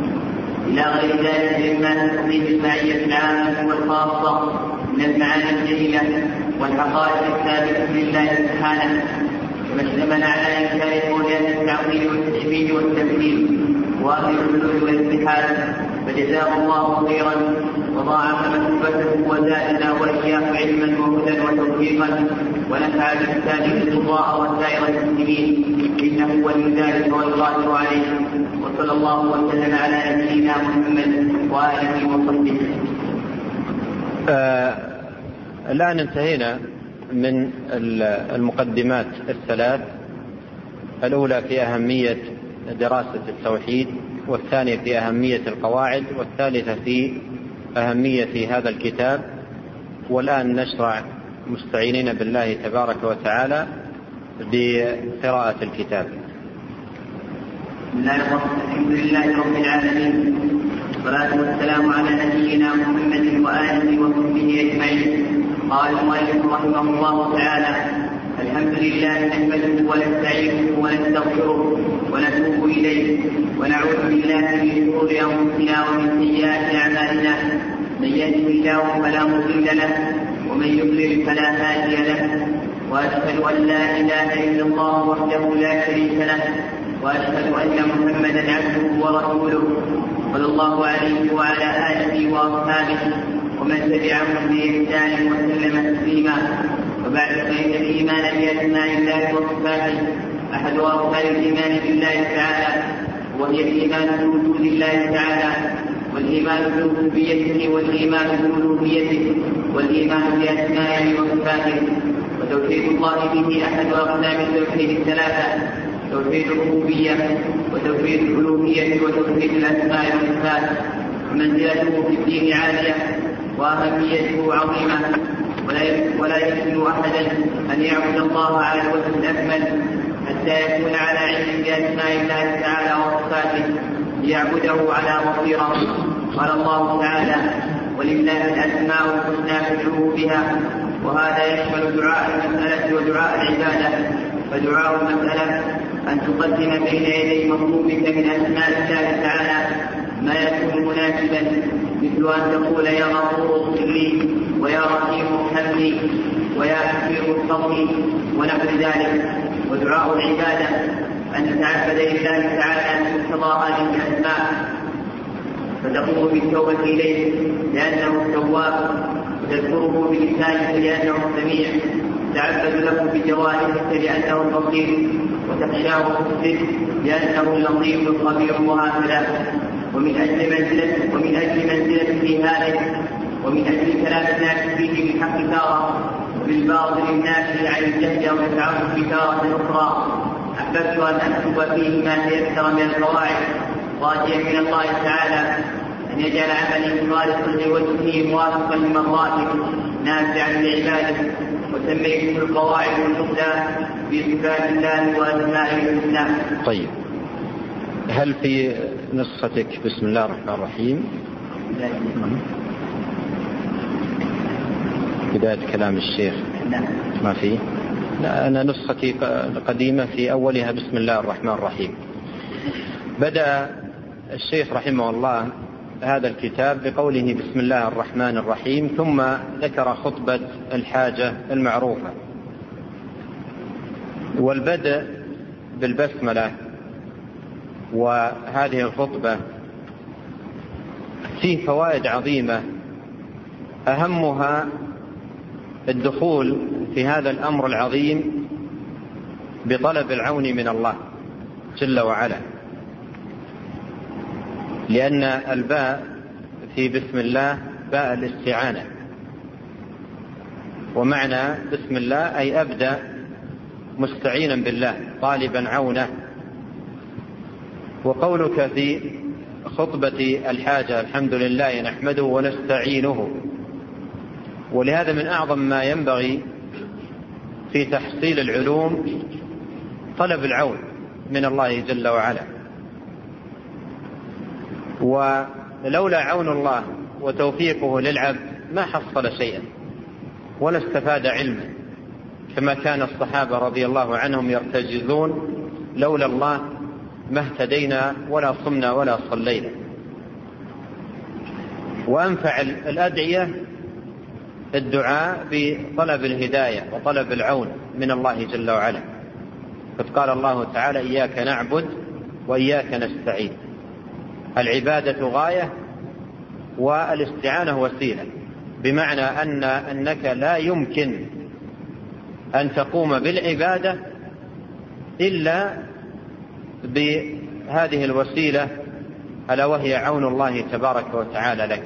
إلى غير ذلك مما تقضيه المعية العامة والخاصة من المعاني الجليلة والحقائق الثابتة لله سبحانه، كما اشتمل على إنكار قولات التعطيل والتشبيه والتمثيل وأمر الحلول والاتحاد. فجزاه الله خيرا وضاعف مثوبته وزادنا وإياه علما وهدى وتوفيقا، ونفع بالتالي القضاء وسائر المسلمين، إنه ولي ذلك والقادر عليه. وصلى الله وسلم على نبينا محمد وآله وصحبه. آه الآن انتهينا من المقدمات الثلاث، الأولى في أهمية دراسة التوحيد، والثانية في أهمية القواعد، والثالثة في أهمية هذا الكتاب. والآن نشرع مستعينين بالله تبارك وتعالى بقراءة الكتاب. الحمد لله رب العالمين، والصلاة والسلام على نبينا محمد وآله وصحبه أجمعين. قال المؤلف رحمه الله تعالى: الحمد لله نحمده ونستعينه ونستغفره ونتوب إليه ونعوذ بالله من شرور أنفسنا ومن سيئات أعمالنا من يهده الله فلا مضل له ومن يضلل فلا هادي له وأشهد أن لا إله إلا الله وحده لا شريك له وأشهد أن محمدا عبده ورسوله صلى الله عليه وعلى آله وأصحابه ومن تبعهم بإحسان وسلم تسليما. وبعد فإن الإيمان بأسماء الله وصفاته أحد أركان الإيمان بالله تعالى، وهي الإيمان بوجود الله تعالى والإيمان بربوبيته والإيمان بألوهيته والإيمان بأسمائه وصفاته. وتوحيد الله به أحد أقسام التوحيد الثلاثة: توحيد الربوبية وتوحيد الألوهية وتوحيد الأسماء والصفات. ومنزلته في الدين عالية وأهميته عظيمة، ولا يمكن أحدا أن يعبد الله على الوجه الأكمل حتى يكون على علم بأسماء الله تعالى وصفاته ليعبده على بصيرة. قال الله تعالى: ولله الأسماء الحسنى فادعوه بها. وهذا يشمل دعاء المسألة ودعاء العبادة. فدعاء المسألة أن تقدم بين يدي مطلوبك من أسماء الله تعالى ما يكون مناسبا، مثل أن تقول: يا غفور اغفر لي، ويا رحيم ارحمني، ويا كبير اغفرني، ونحو ذلك. ودعاء العبادة أن تتعبد لله تعالى بمقتضى هذه الأسماء، فتقوم بالتوبة إليه لأنه التواب، وتذكره بلسانك لأنه السميع، تعبد له بجوارحك لأنه البصير، وتخشاه بالصدق لأنه اللطيف الخبير، وهكذا. ومن أجل منزلته ومن أجل منزلته هذه ومن أجل كلام الناس فيه بالحق تارة وبالباطل الناس عن الجهل والتعرف تارة أخرى، أحببت أن أكتب فيه ما تيسر من القواعد، راجيا من الله تعالى أن يجعل عملي خالصا لوجهه موافقا لمرضاته نافعا لعباده. وسميته القواعد المثلى بصفات الله وأسمائه الحسنى. طيب، هل في نسختك بسم الله الرحمن الرحيم بداية كلام الشيخ؟ لا. ما في؟ لا، أنا نسختي قديمة في أولها بسم الله الرحمن الرحيم. بدأ الشيخ رحمه الله هذا الكتاب بقوله بسم الله الرحمن الرحيم، ثم ذكر خطبة الحاجة المعروفة. والبدء بالبسملة وهذه الخطبة فيه فوائد عظيمة، أهمها الدخول في هذا الأمر العظيم بطلب العون من الله جل وعلا، لأن الباء في بسم الله باء الاستعانة، ومعنى بسم الله أي أبدأ مستعينا بالله طالبا عونه. وقولك في خطبة الحاجة الحمد لله نحمده ونستعينه، ولهذا من أعظم ما ينبغي في تحصيل العلوم طلب العون من الله جل وعلا. ولولا عون الله وتوفيقه للعبد ما حصل شيئا ولا استفاد علما، كما كان الصحابة رضي الله عنهم يرتجزون: لولا الله ما اهتدينا ولا صمنا ولا صلينا. وأنفع الأدعية الدعاء بطلب الهداية وطلب العون من الله جل وعلا. قد قال الله تعالى: إياك نعبد وإياك نستعين. العبادة غاية والاستعانة وسيلة، بمعنى أن أنك لا يمكن أن تقوم بالعبادة إلا بهذه الوسيلة، ألا وهي عون الله تبارك وتعالى لك.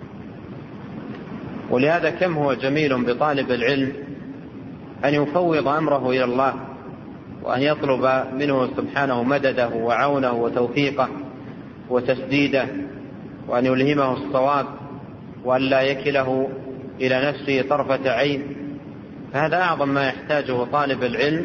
ولهذا كم هو جميل بطالب العلم أن يفوض أمره إلى الله، وأن يطلب منه سبحانه مدده وعونه وتوفيقه وتسديده، وأن يلهمه الصواب، وأن لا يكله إلى نفسه طرفة عين. هذا أعظم ما يحتاجه طالب العلم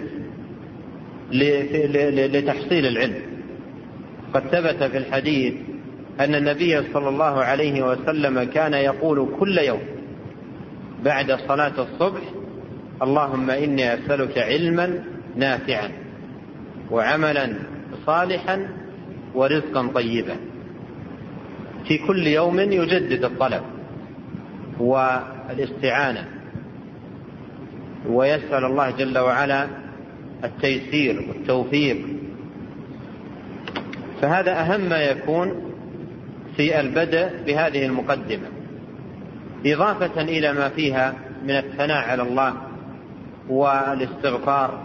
لتحصيل العلم. قد ثبت في الحديث أن النبي صلى الله عليه وسلم كان يقول كل يوم بعد صلاة الصبح: اللهم إني أسألك علما نافعا وعملا صالحا ورزقا طيبا. في كل يوم يجدد الطلب والاستعانة ويسأل الله جل وعلا التيسير والتوفيق. فهذا أهم ما يكون في البدء بهذه المقدمة، إضافة إلى ما فيها من الثناء على الله والاستغفار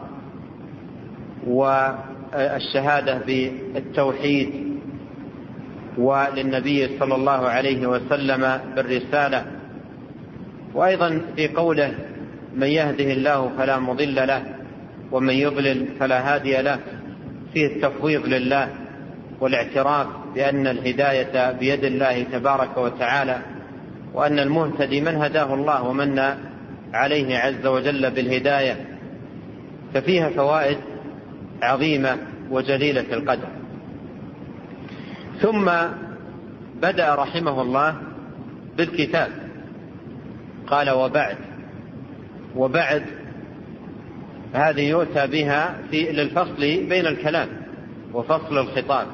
والشهادة بالتوحيد وللنبي صلى الله عليه وسلم بالرسالة. وأيضا في قوله من يهده الله فلا مضل له ومن يضلل فلا هادي له، فيه التفويض لله والاعتراف بأن الهداية بيد الله تبارك وتعالى، وأن المهتدي من هداه الله ومن عليه عز وجل بالهداية. ففيها فوائد عظيمة وجليلة القدر. ثم بدأ رحمه الله بالكتاب، قال وبعد. وبعد هذه يؤتى بها في للفصل بين الكلام وفصل الخطاب،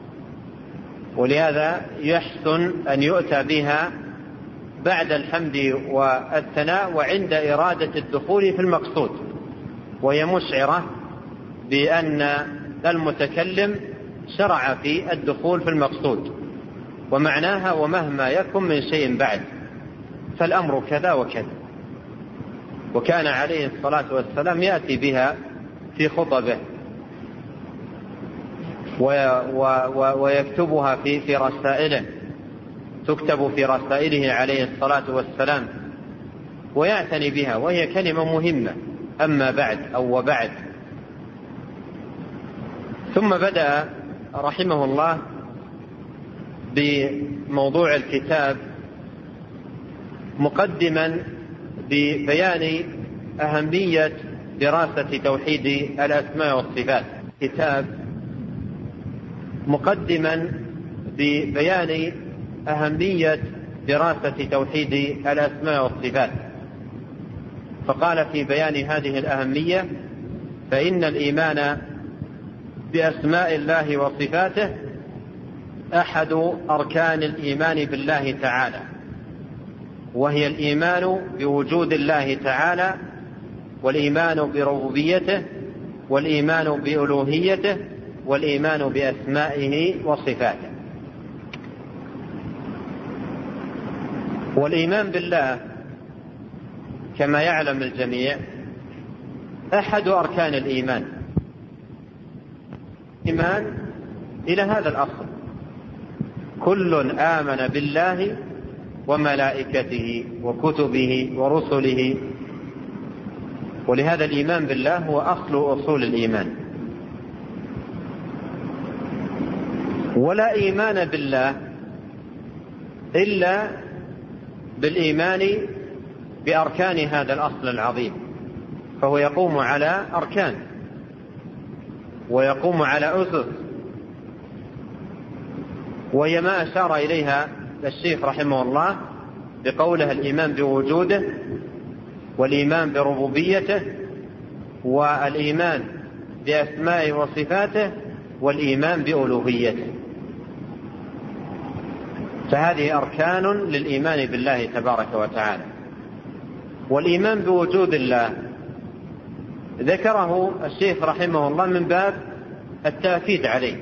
ولهذا يحسن أن يؤتى بها بعد الحمد والثناء وعند إرادة الدخول في المقصود، وهي مشعرة بأن المتكلم شرع في الدخول في المقصود، ومعناها ومهما يكن من شيء بعد فالأمر كذا وكذا. وكان عليه الصلاة والسلام يأتي بها في خطبه ويكتبها في في رسائله، تكتب في رسائله عليه الصلاة والسلام ويعتني بها، وهي كلمة مهمة. أما بعد أو وبعد. ثم بدأ رحمه الله بموضوع الكتاب مقدما ببيان أهمية دراسة توحيد الأسماء والصفات. كتاب مقدما ببيان أهمية دراسة توحيد الأسماء والصفات، فقال في بيان هذه الأهمية: فإن الإيمان بأسماء الله وصفاته أحد أركان الإيمان بالله تعالى، وهي الإيمان بوجود الله تعالى، والإيمان بربوبيته، والإيمان بألوهيته، والإيمان بأسمائه وصفاته. والإيمان بالله كما يعلم الجميع أحد أركان الإيمان، إيمان إلى هذا الأصل: كل آمن بالله وملائكته وكتبه ورسله. ولهذا الإيمان بالله هو أصل أصول الإيمان. ولا إيمان بالله إلا بالإيمان بأركان هذا الأصل العظيم، فهو يقوم على أركان ويقوم على أسس، وهي ما أشار إليها الشيخ رحمه الله بقوله: الإيمان بوجوده، والإيمان بربوبيته، والإيمان بأسمائه وصفاته، والإيمان بألوهيته. فهذه أركان للإيمان بالله تبارك وتعالى. والإيمان بوجود الله ذكره الشيخ رحمه الله من باب التأكيد عليه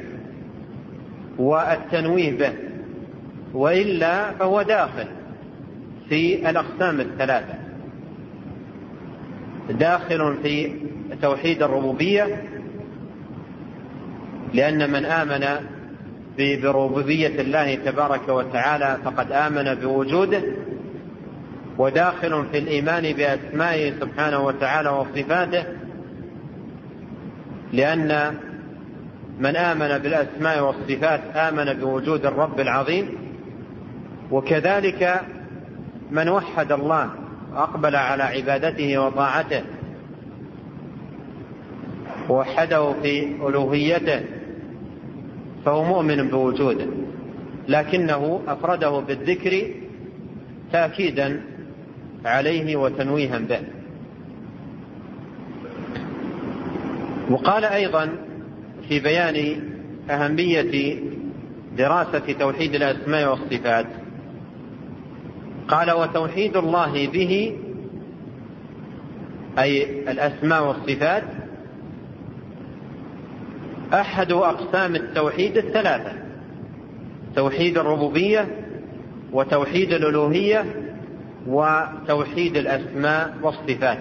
والتنويه به، وإلا فهو داخل في الأقسام الثلاثة، داخل في توحيد الربوبية، لأن من آمن بربوبية الله تبارك وتعالى فقد آمن بوجوده، وداخل في الإيمان بأسمائه سبحانه وتعالى وصفاته، لأن من آمن بالأسماء والصفات آمن بوجود الرب العظيم. وكذلك من وحد الله وأقبل على عبادته وطاعته ووحده في ألوهيته فهو مؤمن بوجوده، لكنه أفرده بالذكر تأكيدا عليه وتنويها به. وقال أيضا في بيان أهمية دراسة توحيد الأسماء والصفات، قال: وتوحيد الله به، أي الأسماء والصفات، أحد أقسام التوحيد الثلاثة: توحيد الربوبية، وتوحيد الألوهية، وتوحيد الأسماء والصفات.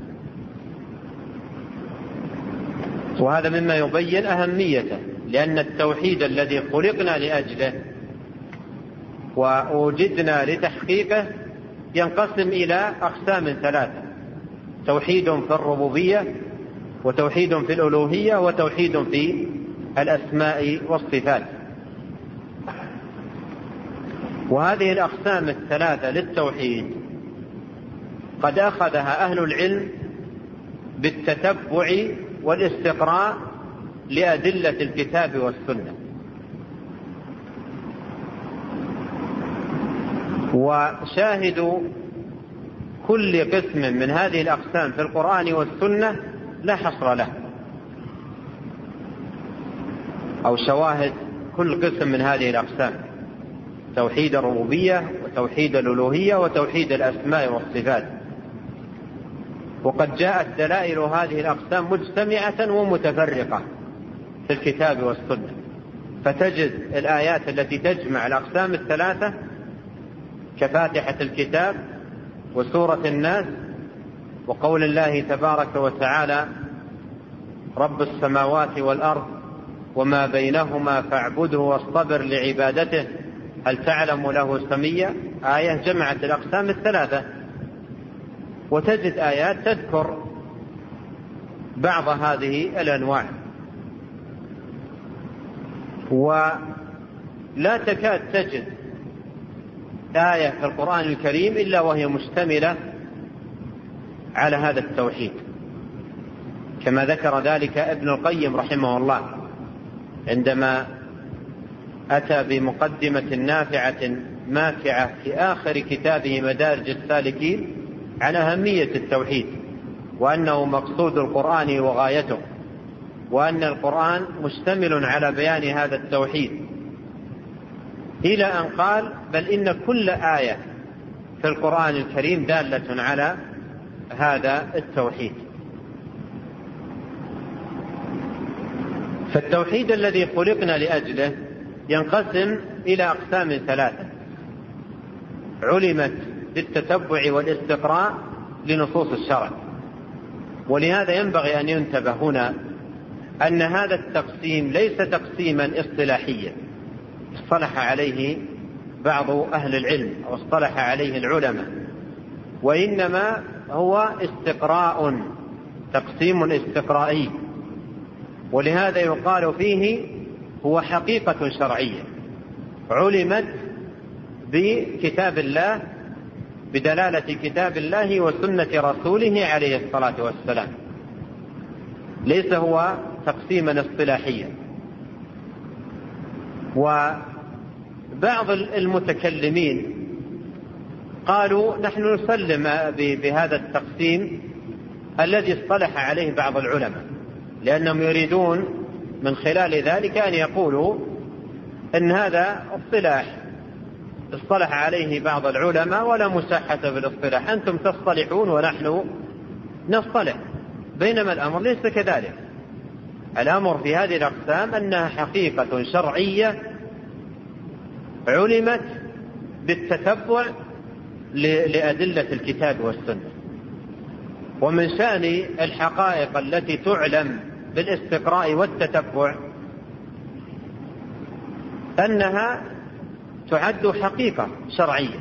وهذا مما يبين أهميته، لأن التوحيد الذي خلقنا لأجله ووجدنا لتحقيقه ينقسم إلى أقسام ثلاثة: توحيد في الربوبية، وتوحيد في الألوهية، وتوحيد في الأسماء والصفات. وهذه الأقسام الثلاثة للتوحيد قد أخذها أهل العلم بالتتبع والاستقراء لأدلة الكتاب والسنة، وشاهد كل قسم من هذه الأقسام في القرآن والسنة لا حصر له، أو شواهد كل قسم من هذه الأقسام: توحيد الربوبية، وتوحيد الألوهية، وتوحيد الأسماء والصفات. وقد جاءت دلائل هذه الأقسام مجتمعة ومتفرقة في الكتاب والسنة، فتجد الآيات التي تجمع الأقسام الثلاثة كفاتحة الكتاب وسورة الناس وقول الله تبارك وتعالى: رب السماوات والأرض وما بينهما فاعبده واصطبر لعبادته هل تعلم له سميا. آية جمعت الأقسام الثلاثة. وتجد آيات تذكر بعض هذه الأنواع، ولا تكاد تجد آية في القرآن الكريم إلا وهي مشتملة على هذا التوحيد، كما ذكر ذلك ابن القيم رحمه الله عندما أتى بمقدمة نافعة ماتعة في آخر كتابه مدارج السالكين عن أهمية التوحيد، وأنه مقصود القرآن وغايته، وأن القرآن مشتمل على بيان هذا التوحيد، إلى أن قال: بل إن كل آية في القرآن الكريم دالة على هذا التوحيد. فالتوحيد الذي خلقنا لأجله ينقسم إلى أقسام ثلاثة علمت بالتتبع والاستقراء لنصوص الشرع. ولهذا ينبغي أن ينتبه هنا أن هذا التقسيم ليس تقسيما اصطلاحيا اصطلح عليه بعض أهل العلم أو اصطلح عليه العلماء، وإنما هو استقراء، تقسيم استقرائي. ولهذا يقال فيه هو حقيقة شرعية علمت بكتاب الله، بدلالة كتاب الله وسنة رسوله عليه الصلاة والسلام، ليس هو تقسيما اصطلاحيا. وبعض المتكلمين قالوا: نحن نسلم بهذا التقسيم الذي اصطلح عليه بعض العلماء، لأنهم يريدون من خلال ذلك أن يقولوا أن هذا اصطلاح اصطلح عليه بعض العلماء ولا مساحة في الاصطلاح، أنتم تصطلحون ونحن نصطلح، بينما الأمر ليس كذلك. الأمر في هذه الأقسام أنها حقيقة شرعية علمت بالتتبع لأدلة الكتاب والسنة. ومن شأن الحقائق التي تعلم بالاستقراء والتتبع أنها تعد حقيقة شرعية.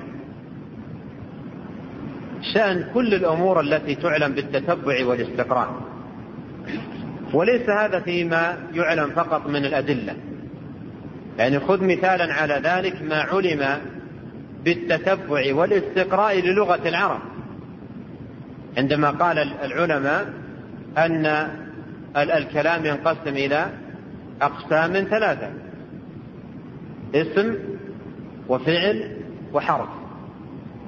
شأن كل الأمور التي تعلم بالتتبع والاستقراء، وليس هذا فيما يعلم فقط من الأدلة. يعني خذ مثالا على ذلك ما علم بالتتبع والاستقراء للغة العرب، عندما قال العلماء أن الكلام ينقسم إلى أقسام ثلاثة: اسم وفعل وحرف.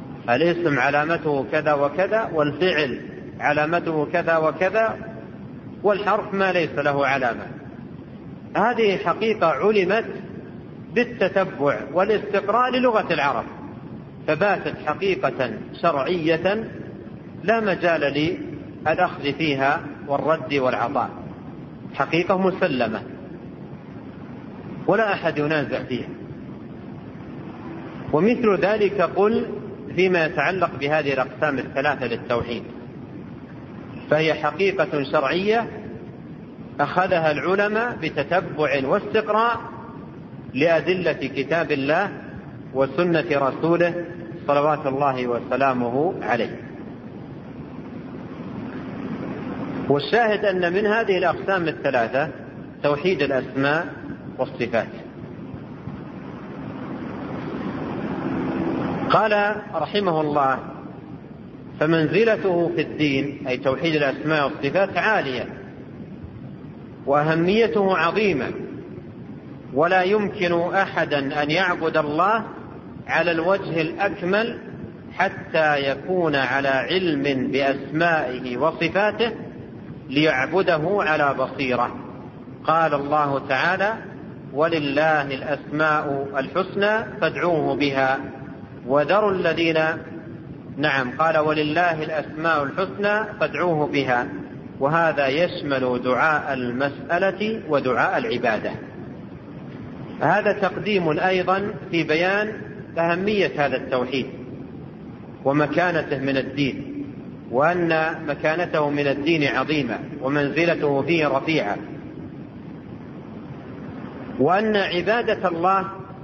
الاسم علامته كذا وكذا، والفعل علامته كذا وكذا، والحرف ما ليس له علامة. هذه حقيقة علمت بالتتبع والاستقراء للغة العرب، فباتت حقيقة شرعية لا مجال للأخذ فيها والرد والعطاء، حقيقة مسلمة ولا أحد ينازع فيها. ومثل ذلك قل فيما يتعلق بهذه الأقسام الثلاثة للتوحيد، فهي حقيقة شرعية أخذها العلماء بتتبع واستقراء لأدلة كتاب الله وسنة رسوله صلوات الله وسلامه عليه. والشاهد أن من هذه الأقسام الثلاثة توحيد الأسماء والصفات. قال رحمه الله: فمنزلته في الدين أي توحيد الأسماء والصفات عالية وأهميته عظيمة، ولا يمكن أحدا أن يعبد الله على الوجه الأكمل حتى يكون على علم بأسمائه وصفاته ليعبده على بصيرة. قال الله تعالى: ولله الأسماء الحسنى فادعوه بها وذروا الذين نعم قال ولله الأسماء الحسنى فادعوه بها، وهذا يشمل دعاء المسألة ودعاء العبادة. هذا تقديم أيضا في بيان أهمية هذا التوحيد ومكانته من الدين، وأن مكانته من الدين عظيمة ومنزلته فيه رفيعة، وأن عبادة الله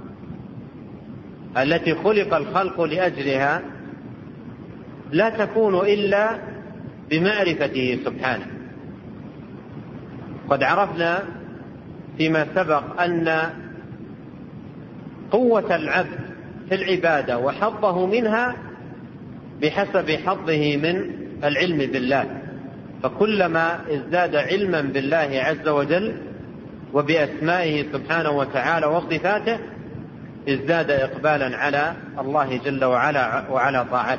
التي خلق الخلق لأجلها لا تكون إلا بمعرفته سبحانه. قد عرفنا فيما سبق أن قوة العبد في العبادة وحظه منها بحسب حظه من العلم بالله، فكلما ازداد علما بالله عز وجل وبأسمائه سبحانه وتعالى وصفاته ازداد إقبالا على الله جل وعلا وعلى طاعته.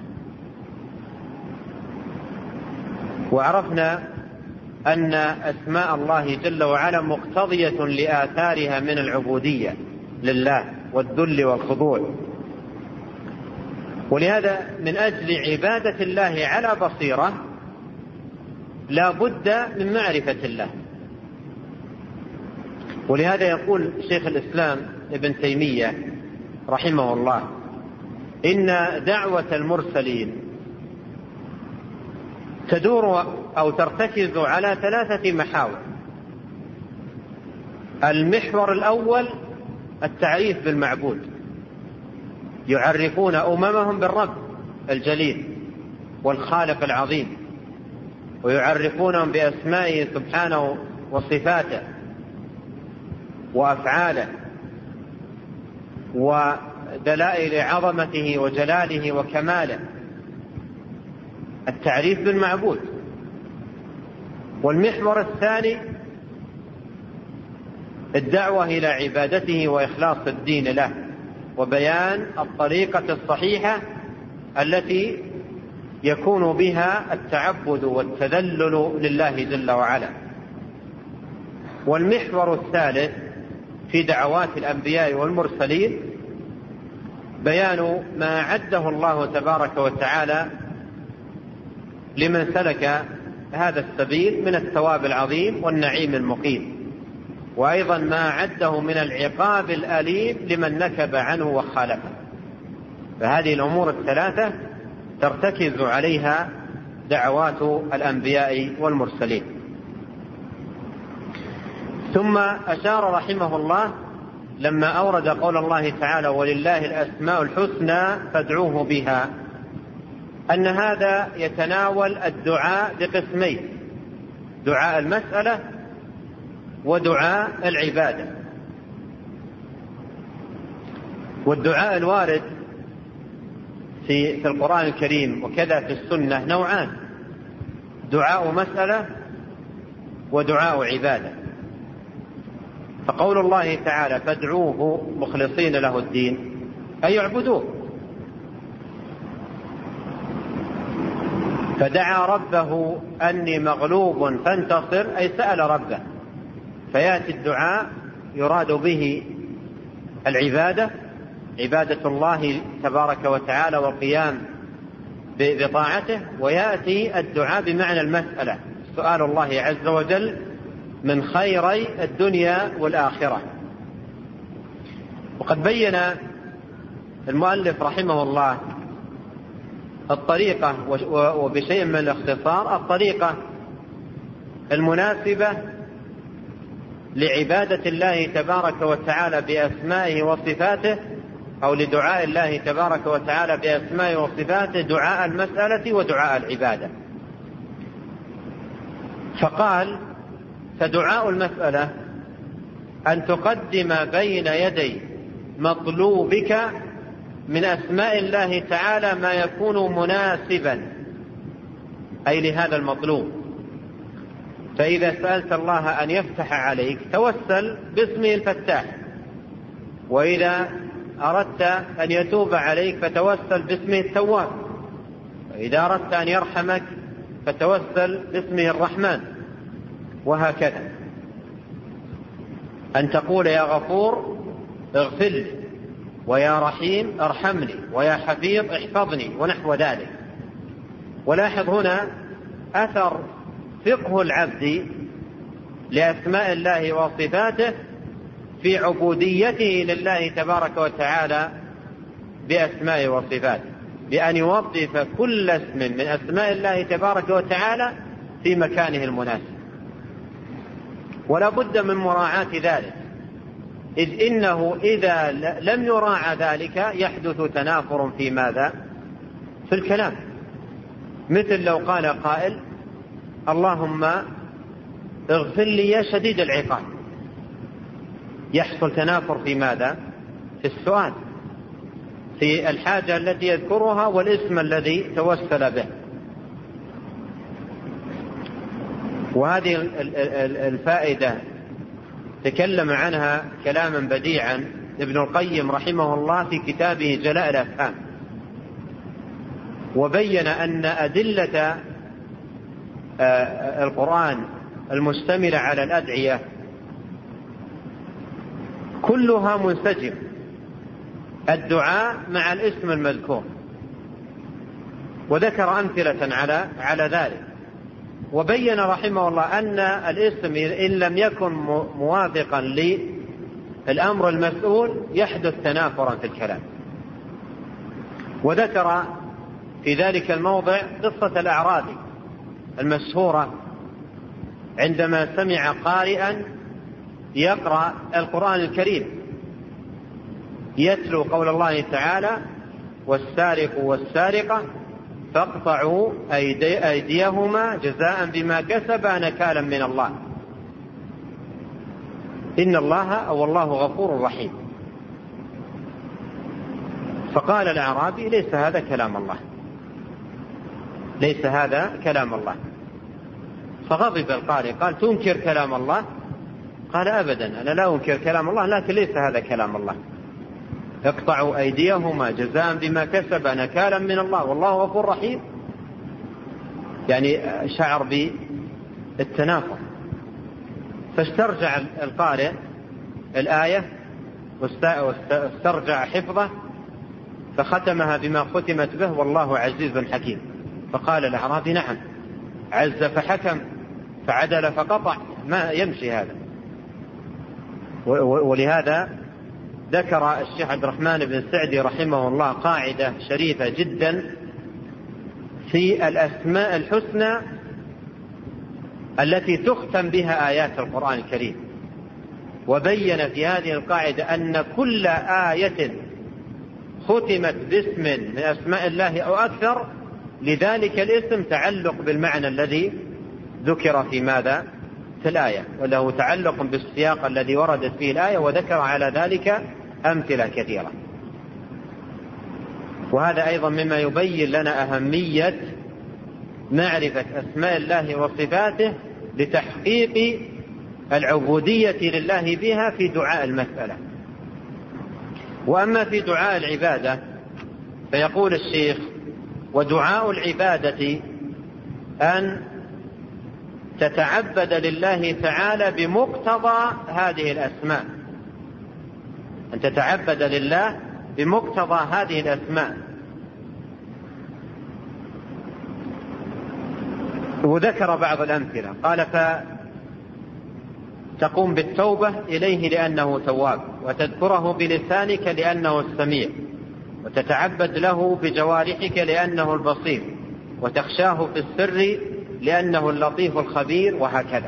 وعرفنا أن أسماء الله جل وعلا مقتضية لآثارها من العبودية لله والذل والخضوع، ولهذا من أجل عبادة الله على بصيرة لا بد من معرفة الله. ولهذا يقول شيخ الإسلام ابن تيمية رحمه الله: إن دعوة المرسلين تدور أو ترتكز على ثلاثة محاور. المحور الأول التعريف بالمعبود، يعرفون أممهم بالرب الجليل والخالق العظيم، ويعرفونهم بأسمائه سبحانه وصفاته وأفعاله ودلائل عظمته وجلاله وكماله، التعريف بالمعبود. والمحور الثاني الدعوة إلى عبادته وإخلاص الدين له وبيان الطريقة الصحيحة التي يكون بها التعبد والتذلل لله جل وعلا. والمحور الثالث في دعوات الأنبياء والمرسلين بيان ما عده الله تبارك وتعالى لمن سلك هذا السبيل من الثواب العظيم والنعيم المقيم، وأيضا ما عده من العقاب الأليم لمن نكب عنه وخالفه. فهذه الأمور الثلاثة ترتكز عليها دعوات الأنبياء والمرسلين. ثم أشار رحمه الله لما أورد قول الله تعالى: ولله الأسماء الحسنى فادعوه بها، أن هذا يتناول الدعاء بقسمين: دعاء المسألة ودعاء العبادة. والدعاء الوارد في في القرآن الكريم وكذا في السنة نوعان: دعاء مسألة ودعاء عبادة. فقول الله تعالى: فادعوه مخلصين له الدين، أي يعبدوه. فدعا ربه أني مغلوب فانتصر، أي سأل ربه، فيأتي الدعاء يراد به العبادة، عبادة الله تبارك وتعالى والقيام بطاعته، ويأتي الدعاء بمعنى المسألة، سؤال الله عز وجل من خيري الدنيا والآخرة. وقد بين المؤلف رحمه الله الطريقة وبشيء من الاختصار الطريقة المناسبة لعبادة الله تبارك وتعالى بأسمائه وصفاته، أو لدعاء الله تبارك وتعالى بأسمائه وصفاته، دعاء المسألة ودعاء العبادة. فقال: فدعاء المسألة أن تقدم بين يدي مطلوبك من أسماء الله تعالى ما يكون مناسبا أي لهذا المطلوب. فإذا سألت الله أن يفتح عليك توسل باسمه الفتاح، وإذا أردت أن يتوب عليك فتوسل باسمه التواب، وإذا أردت أن يرحمك فتوسل باسمه الرحمن، وهكذا. أن تقول: يا غفور اغفر لي، ويا رحيم ارحمني، ويا حفيظ احفظني، ونحو ذلك. ولاحظ هنا أثر فقه العبد لأسماء الله وصفاته في عبوديته لله تبارك وتعالى بأسماء وصفاته، بأن يوظف كل اسم من أسماء الله تبارك وتعالى في مكانه المناسب، ولا بد من مراعاة ذلك، إذ إنه إذا لم يراعى ذلك يحدث تنافر في ماذا؟ في الكلام. مثل لو قال قائل: اللهم اغفر لي يا شديد العقاب، يحصل تنافر في ماذا؟ في السؤال، في الحاجة التي يذكرها والاسم الذي توسل به. وهذه الفائدة تكلم عنها كلاما بديعا ابن القيم رحمه الله في كتابه جلاء الأفهام، وبين أن أدلة القرآن المشتملة على الأدعية كلها منسجم، الدعاء مع الاسم المذكور، وذكر أمثلة على على ذلك. وبين رحمه الله أن الاسم إن لم يكن موافقا للأمر المسؤول يحدث تنافرا في الكلام. وذكر في ذلك الموضع قصة الأعرابي المشهورة عندما سمع قارئا يقرأ القرآن الكريم يتلو قول الله تعالى: والسارق والسارقة فاقطعوا أيدي أيديهما جزاء بما كسبا نكالا من الله إن الله أو الله غفور رحيم. فقال الأعرابي: ليس هذا كلام الله، ليس هذا كلام الله. فغضب القارئ قال: تنكر كلام الله؟ قال: أبدا، أنا لا أنكر كلام الله، لكن ليس هذا كلام الله. اقطعوا أيديهما جزاء بما كسب نكالا من الله والله غفور رحيم. يعني شعر بالتنافر، فاسترجع القارئ الآية واسترجع حفظه فختمها بما ختمت به: والله عزيز حكيم. فقال الأعرابي: نعم، عز فحكم فعدل فقطع، ما يمشي هذا. ولهذا ذكر الشيخ عبد الرحمن بن سعدي رحمه الله قاعدة شريفة جدا في الأسماء الحسنى التي تختم بها آيات القرآن الكريم، وبين في هذه القاعدة أن كل آية ختمت باسم من أسماء الله أو أكثر لذلك الاسم تعلق بالمعنى الذي ذكر في ماذا؟ في الآية، وله تعلق بالسياق الذي وردت فيه الآية، وذكر على ذلك أمثلة كثيرة. وهذا أيضا مما يبين لنا أهمية معرفة أسماء الله وصفاته لتحقيق العبودية لله بها في دعاء المسألة. وأما في دعاء العبادة فيقول الشيخ: ودعاء العبادة أن تتعبد لله تعالى بمقتضى هذه الأسماء، أن تتعبد لله بمقتضى هذه الأسماء. وذكر بعض الأمثلة، قال: فتقوم بالتوبة إليه لأنه تواب، وتذكره بلسانك لأنه السميع، وتتعبد له بجوارحك لأنه البصير، وتخشاه في السر لأنه اللطيف الخبير، وهكذا.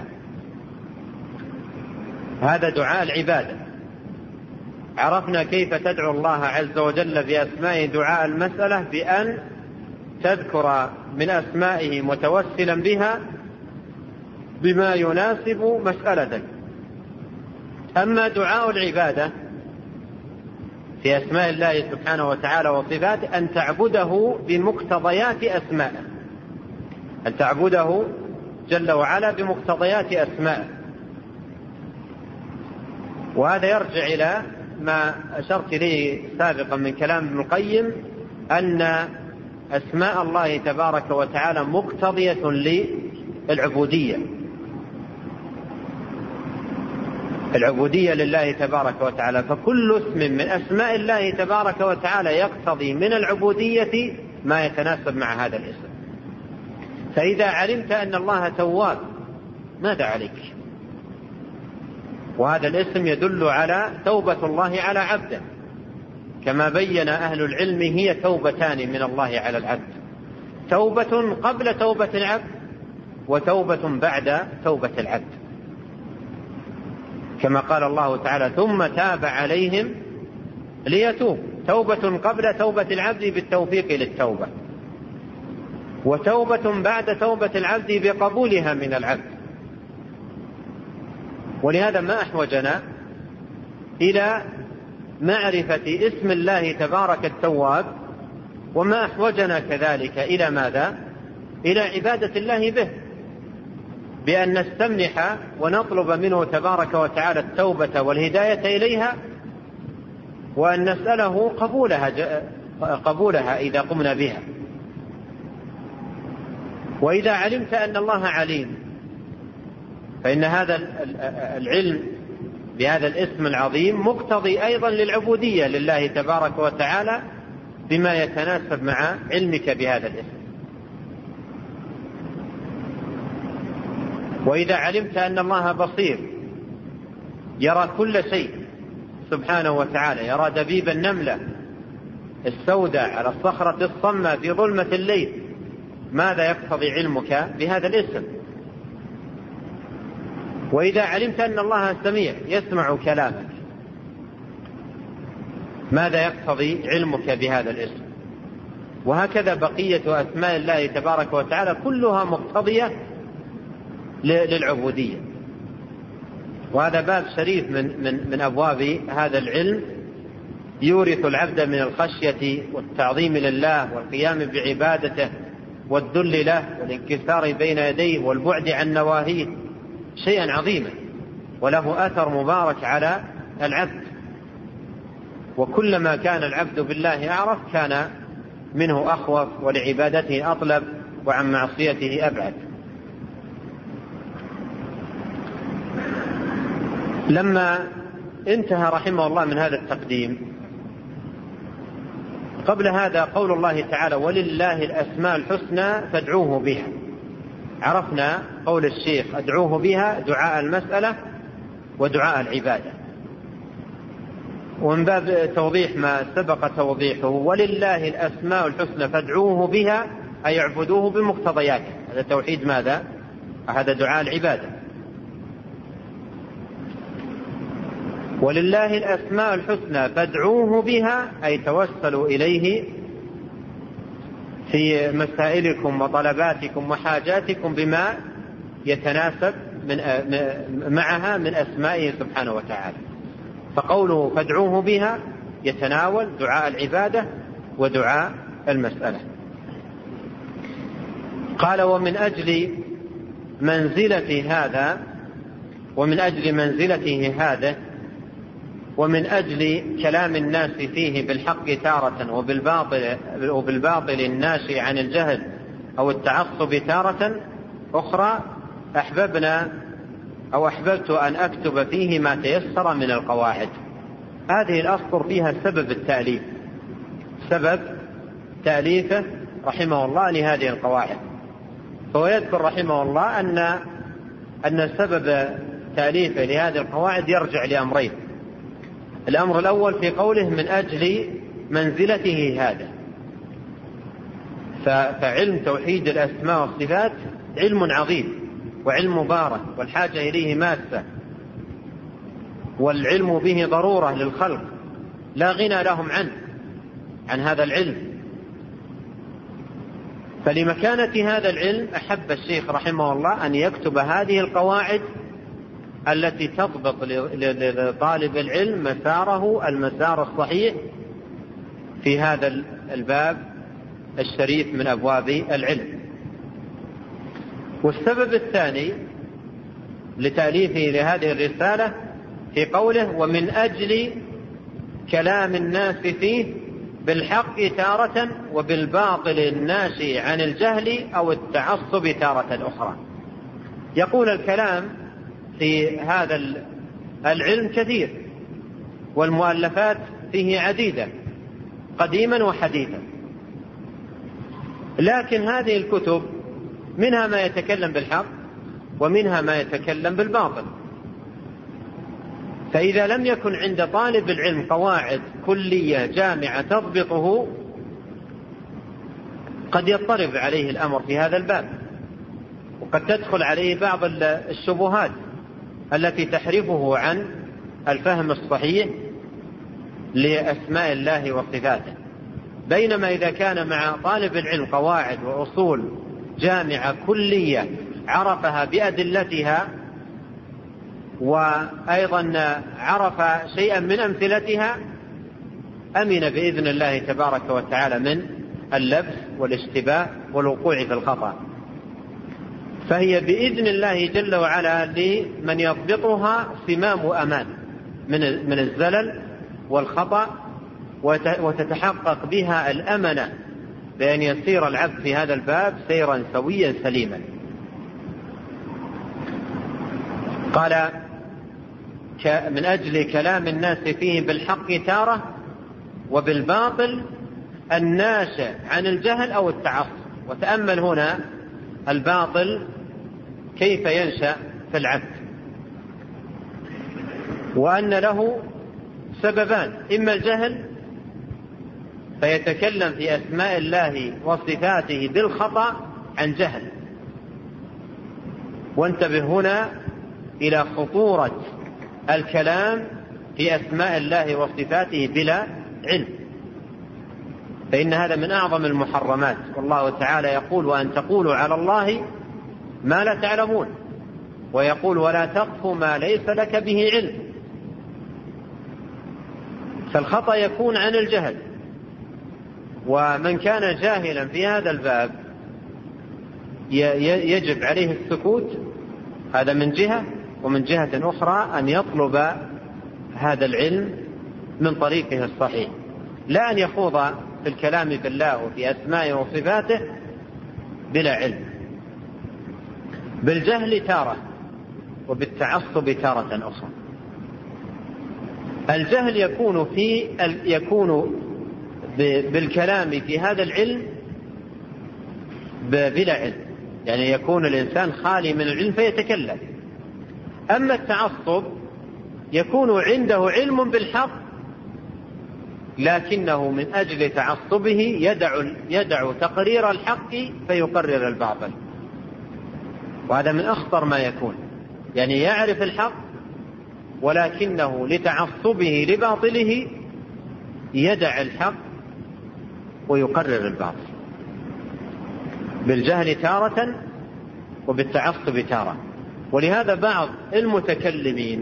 هذا دعاء العبادة. عرفنا كيف تدعو الله عز وجل بأسمائه دعاء المسألة بأن تذكر من أسمائه متوسلا بها بما يناسب مسألتك. أما دعاء العبادة في أسماء الله سبحانه وتعالى وصفاته أن تعبده بمقتضيات أسمائه، أن تعبده جل وعلا بمقتضيات أسمائه. وهذا يرجع إلى ما أشرت إليه سابقا من كلام ابن القيم، أن أسماء الله تبارك وتعالى مقتضية للعبودية، العبودية لله تبارك وتعالى. فكل اسم من أسماء الله تبارك وتعالى يقتضي من العبودية ما يتناسب مع هذا الاسم. فإذا علمت أن الله تواب ماذا عليك؟ وهذا الاسم يدل على توبة الله على عبده، كما بين أهل العلم هي توبتان من الله على العبد: توبة قبل توبة العبد، وتوبة بعد توبة العبد، كما قال الله تعالى: ثم تاب عليهم ليتوب. توبة قبل توبة العبد بالتوفيق للتوبة، وتوبة بعد توبة العبد بقبولها من العبد. ولهذا ما أحوجنا إلى معرفة اسم الله تبارك التواب، وما أحوجنا كذلك إلى ماذا؟ إلى عبادة الله به، بأن نستمنح ونطلب منه تبارك وتعالى التوبة والهداية إليها، وأن نسأله قبولها, قبولها إذا قمنا بها. وإذا علمت أن الله عليم، فإن هذا العلم بهذا الاسم العظيم مقتضي أيضا للعبودية لله تبارك وتعالى بما يتناسب مع علمك بهذا الاسم. وإذا علمت أن الله بصير يرى كل شيء سبحانه وتعالى، يرى دبيب النملة السوداء على الصخرة الصماء في ظلمة الليل، ماذا يقتضي علمك بهذا الاسم؟ وإذا علمت أن الله سميع يسمع كلامك، ماذا يقتضي علمك بهذا الاسم؟ وهكذا بقية أسماء الله تبارك وتعالى كلها مقتضية للعبودية. وهذا باب شريف من, من, من أبواب هذا العلم، يورث العبد من الخشية والتعظيم لله والقيام بعبادته والذل له والانكسار بين يديه والبعد عن نواهيه شيئا عظيما، وله أثر مبارك على العبد. وكلما كان العبد بالله أعرف كان منه أخوف، ولعبادته أطلب، وعن معصيته أبعد. لما انتهى رحمه الله من هذا التقديم، قبل هذا قول الله تعالى: ولله الأسماء الحسنى فادعوه بها. عرفنا قول الشيخ: ادعوه بها دعاء المسألة ودعاء العبادة. ومن باب توضيح ما سبق توضيحه: ولله الأسماء الحسنى فادعوه بها، أي اعبدوه بمقتضياته. هذا توحيد ماذا؟ هذا دعاء العبادة. ولله الأسماء الحسنى فادعوه بها، أي توسلوا إليه في مسائلكم وطلباتكم وحاجاتكم بما يتناسب من معها من أسمائه سبحانه وتعالى. فقوله فادعوه بها يتناول دعاء العبادة ودعاء المسألة. قال: ومن أجل منزلة هذا ومن أجل منزلته هذا ومن أجل كلام الناس فيه بالحق تارة وبالباطل, وبالباطل الناشئ عن الجهل أو التعصب تارة أخرى أحببنا أو أحببت أن أكتب فيه ما تيسر من القواعد. هذه الأسطر فيها سبب التأليف، سبب تأليفه رحمه الله لهذه القواعد. فهو يذكر رحمه الله أن أن سبب تأليفه لهذه القواعد يرجع لأمرين. الأمر الأول في قوله من أجل منزلته هذا، فعلم توحيد الأسماء والصفات علم عظيم وعلم مبارك والحاجة إليه ماسة، والعلم به ضرورة للخلق لا غنى لهم عنه عن هذا العلم. فلمكانة هذا العلم أحب الشيخ رحمه الله أن يكتب هذه القواعد التي تضبط لطالب العلم مساره المسار الصحيح في هذا الباب الشريف من أبواب العلم. والسبب الثاني لتأليفه لهذه الرسالة في قوله ومن أجل كلام الناس فيه بالحق تارة وبالباطل الناشئ عن الجهل أو التعصب تارة أخرى. يقول الكلام في هذا العلم كثير والمؤلفات فيه عديدة قديما وحديثا، لكن هذه الكتب منها ما يتكلم بالحق ومنها ما يتكلم بالباطل. فإذا لم يكن عند طالب العلم قواعد كلية جامعة تضبطه قد يضطرب عليه الأمر في هذا الباب، وقد تدخل عليه بعض الشبهات التي تحرفه عن الفهم الصحيح لأسماء الله وصفاته. بينما إذا كان مع طالب العلم قواعد وأصول جامعة كلية عرفها بأدلتها وأيضا عرف شيئا من أمثلتها أمن بإذن الله تبارك وتعالى من اللبس والاشتباه والوقوع في الخطأ. فهي بإذن الله جل وعلا لمن يضبطها صمام أمان من من الزلل والخطأ، وتتحقق بها الأمنة بأن يسير العبد في هذا الباب سيرا سويا سليما. قال من أجل كلام الناس فيه بالحق تارة وبالباطل الناشئ عن الجهل أو التعصب. وتأمل هنا الباطل كيف ينشأ في العبد، وأن له سببان: إما الجهل فيتكلم في أسماء الله وصفاته بالخطأ عن جهل. وانتبه هنا إلى خطورة الكلام في أسماء الله وصفاته بلا علم، فإن هذا من أعظم المحرمات. والله تعالى يقول وأن تقولوا على الله ما لا تعلمون، ويقول ولا تقف ما ليس لك به علم. فالخطأ يكون عن الجهل، ومن كان جاهلا في هذا الباب يجب عليه السكوت، هذا من جهة، ومن جهة أخرى أن يطلب هذا العلم من طريقه الصحيح، لا أن يخوض في الكلام بالله وفي أسمائه وصفاته بلا علم، بالجهل تارة وبالتعصب تارة أخرى. الجهل يكون في يكون بالكلام في هذا العلم بلا علم، يعني يكون الإنسان خالي من العلم فيتكلم. أما التعصب يكون عنده علم بالحق لكنه من أجل تعصبه يدع, يدع تقرير الحق فيقرر الباطل، وهذا من أخطر ما يكون. يعني يعرف الحق ولكنه لتعصبه لباطله يدع الحق ويقرر الباطل، بالجهل تارة وبالتعصب تارة. ولهذا بعض المتكلمين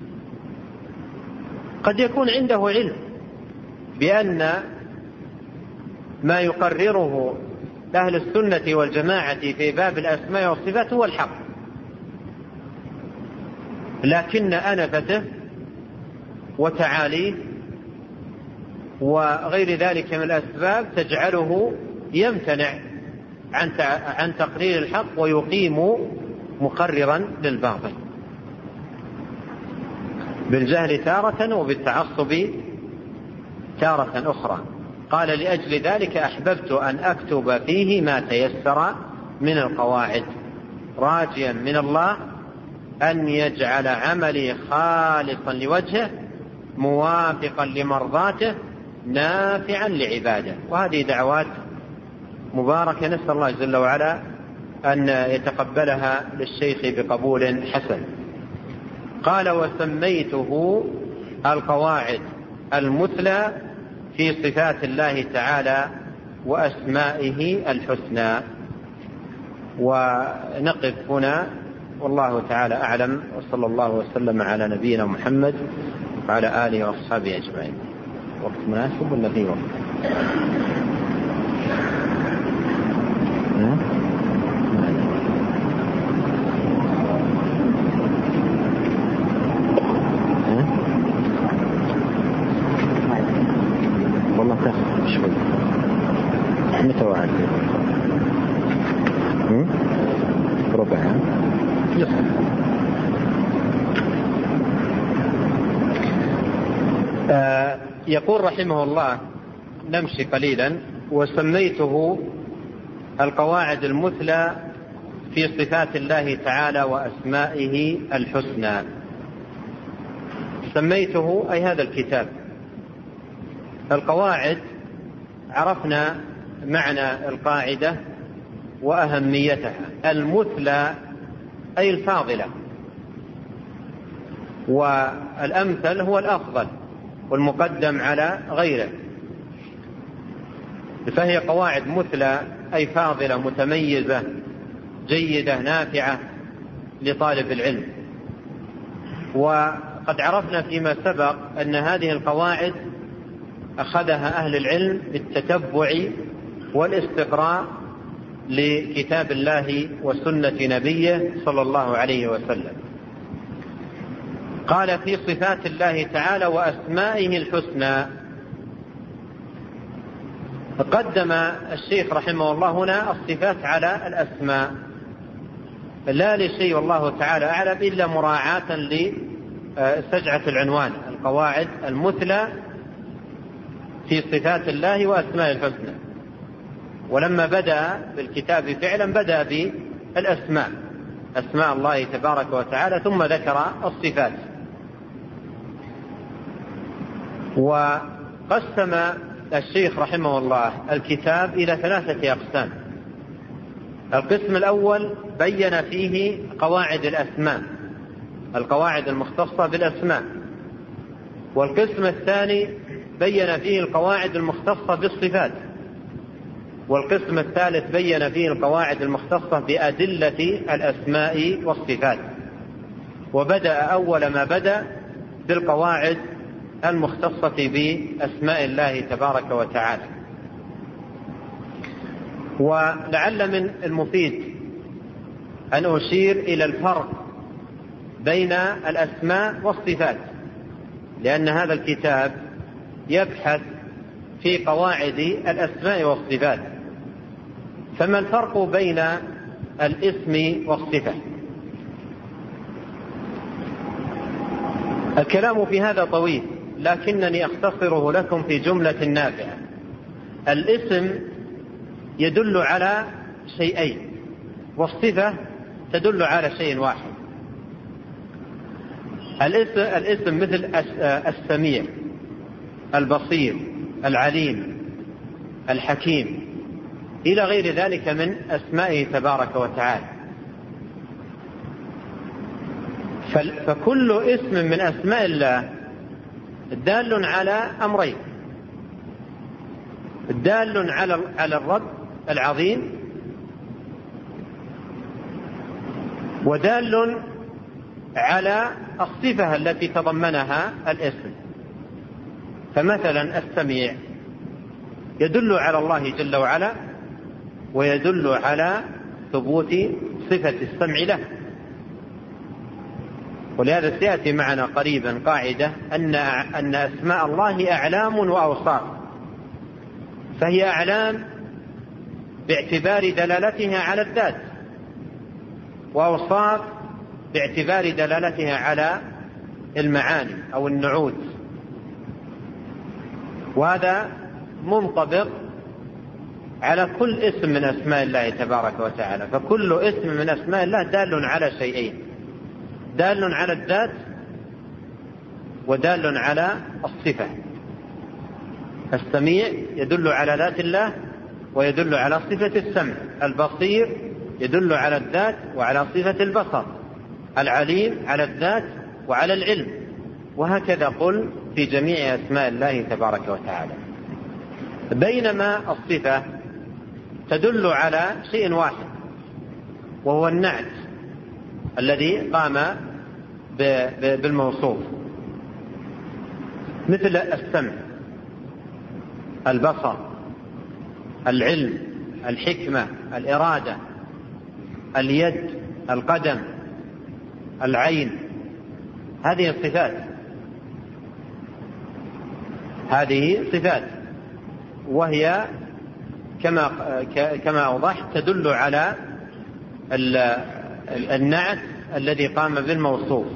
قد يكون عنده علم بأن ما يقرره أهل السنة والجماعة في باب الأسماء والصفات هو الحق، لكن أنفته وتعاليه وغير ذلك من الأسباب تجعله يمتنع عن تقرير الحق ويقيم مقررا للباطل، بالجهل تارة وبالتعصب تارة أخرى. قال لأجل ذلك أحببت أن أكتب فيه ما تيسر من القواعد، راجيا من الله أن يجعل عملي خالصا لوجهه موافقا لمرضاته نافعا لعباده. وهذه دعوات مباركة، نسأل الله جل وعلا أن يتقبلها للشيخ بقبول حسن. قال وسميته القواعد المثلى في صفات الله تعالى وأسمائه الحسنى. ونقف هنا والله تعالى أعلم، وصلى الله وسلم على نبينا محمد وعلى آله وأصحابه أجمعين. وقت مناسب ولا في وقت؟ والله تاخذ شوي. متى وعد؟ ربع يصل. آه يقول رحمه الله، نمشي قليلا. وسميته القواعد المثلى في صفات الله تعالى وأسمائه الحسنى. سميته أي هذا الكتاب. القواعد عرفنا معنى القاعدة وأهميتها. المثلى أي الفاضلة، والأمثل هو الأفضل والمقدم على غيره. فهي قواعد مثلى أي فاضلة متميزة جيدة نافعة لطالب العلم. وقد عرفنا فيما سبق أن هذه القواعد أخذها أهل العلم بالتتبع والاستقراء لكتاب الله وسنة نبيه صلى الله عليه وسلم. قال في صفات الله تعالى وأسمائه الحسنى. قدم الشيخ رحمه الله هنا الصفات على الأسماء، لا لشيء والله تعالى أعلم إلا مراعاة لسجعة العنوان، القواعد المثلى في صفات الله وأسمائه الحسنى. ولما بدأ بالكتاب فعلا بدأ بالأسماء، أسماء الله تبارك وتعالى، ثم ذكر الصفات. وقسم الشيخ رحمه الله الكتاب إلى ثلاثة أقسام. القسم الأول بين فيه قواعد الأسماء، القواعد المختصة بالأسماء. والقسم الثاني بين فيه القواعد المختصة بالصفات. والقسم الثالث بين فيه القواعد المختصة بأدلة الأسماء والصفات. وبدأ أول ما بدأ بالقواعد المختصة بأسماء الله تبارك وتعالى. ولعل من المفيد أن أشير إلى الفرق بين الأسماء والصفات، لأن هذا الكتاب يبحث في قواعد الأسماء والصفات. فما الفرق بين الاسم والصفة؟ الكلام في هذا طويل، لكنني أختصره لكم في جملة نافعة. الاسم يدل على شيئين، والصفة تدل على شيء واحد. الاسم, الاسم مثل السميع، البصير، العليم، الحكيم، إلى غير ذلك من أسمائه تبارك وتعالى. فكل اسم من أسماء الله دال على أمرين: دال على الرب العظيم، ودال على الصفة التي تضمنها الاسم. فمثلا السميع يدل على الله جل وعلا، ويدل على ثبوت صفة السمع له. ولهذا سيأتي معنا قريبا قاعدة أن أن أسماء الله أعلام وأوصاف، فهي أعلام باعتبار دلالتها على الذات، وأوصاف باعتبار دلالتها على المعاني أو النعوت، وهذا منطبق على كل اسم من أسماء الله تبارك وتعالى. فكل اسم من أسماء الله دال على شيئين: دال على الذات ودال على الصفة. السميع يدل على ذات الله ويدل على صفة السمع، البصير يدل على الذات وعلى صفة البصر، العليم على الذات وعلى العلم، وهكذا قل في جميع أسماء الله تبارك وتعالى. بينما الصفة تدل على شيء واحد، وهو النعت الذي قام بالموصوف، مثل السمع، البصر، العلم، الحكمة، الإرادة، اليد، القدم، العين. هذه الصفات هذه صفات وهي كما كما أوضحت تدل على النعت الذي قام بالموصوف،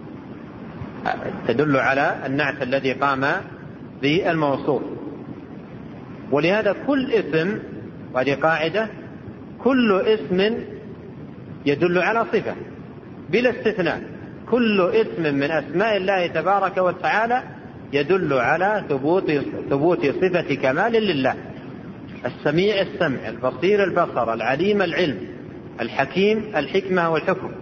تدل على النعت الذي قام بالموصوف. ولهذا كل اسم، وهذه قاعدة، كل اسم يدل على صفة بلا استثناء. كل اسم من أسماء الله تبارك وتعالى يدل على ثبوت ثبوت صفة كمال لله: السميع السمع، البصير البصر، العليم العلم، الحكيم الحكمة والحكم.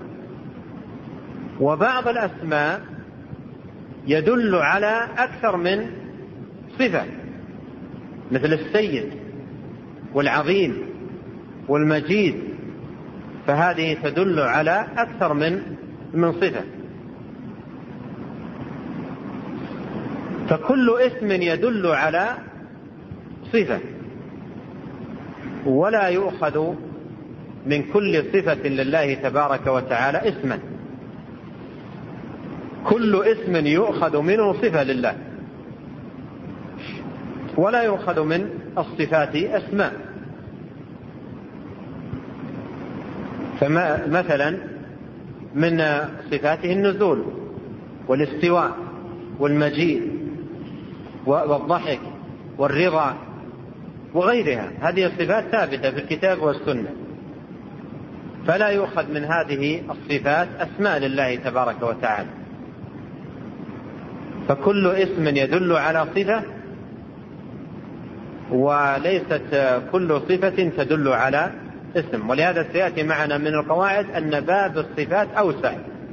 وبعض الأسماء يدل على أكثر من صفة، مثل السيد والعظيم والمجيد، فهذه تدل على أكثر من من صفة. فكل اسم يدل على صفة، ولا يؤخذ من كل صفة لله تبارك وتعالى اسما. كل اسم يؤخذ منه صفة لله، ولا يؤخذ من الصفات أسماء. فمثلا من صفاته النزول والاستواء والمجيء والضحك والرضا وغيرها، هذه الصفات ثابتة في الكتاب والسنة، فلا يؤخذ من هذه الصفات أسماء لله تبارك وتعالى. فكل اسم يدل على صفة، وليست كل صفة تدل على اسم. ولهذا سيأتي معنا من القواعد أن باب الصفات أوسع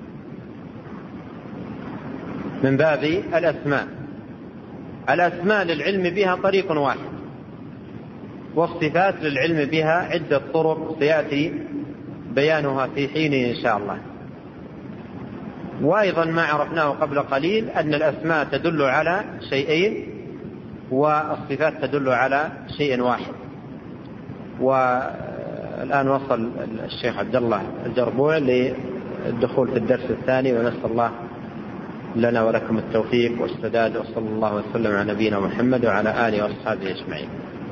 من باب الأسماء. الأسماء للعلم بها طريق واحد، والصفات للعلم بها عدة طرق سيأتي بيانها في حين إن شاء الله. وأيضا ما عرفناه قبل قليل أن الأسماء تدل على شيئين والصفات تدل على شيء واحد. والآن وصل الشيخ عبد الله الجربوع للدخول في الدرس الثاني، ونسأل الله لنا ولكم التوفيق والسداد، وصلى الله وسلم على نبينا محمد وعلى آله وأصحابه أجمعين.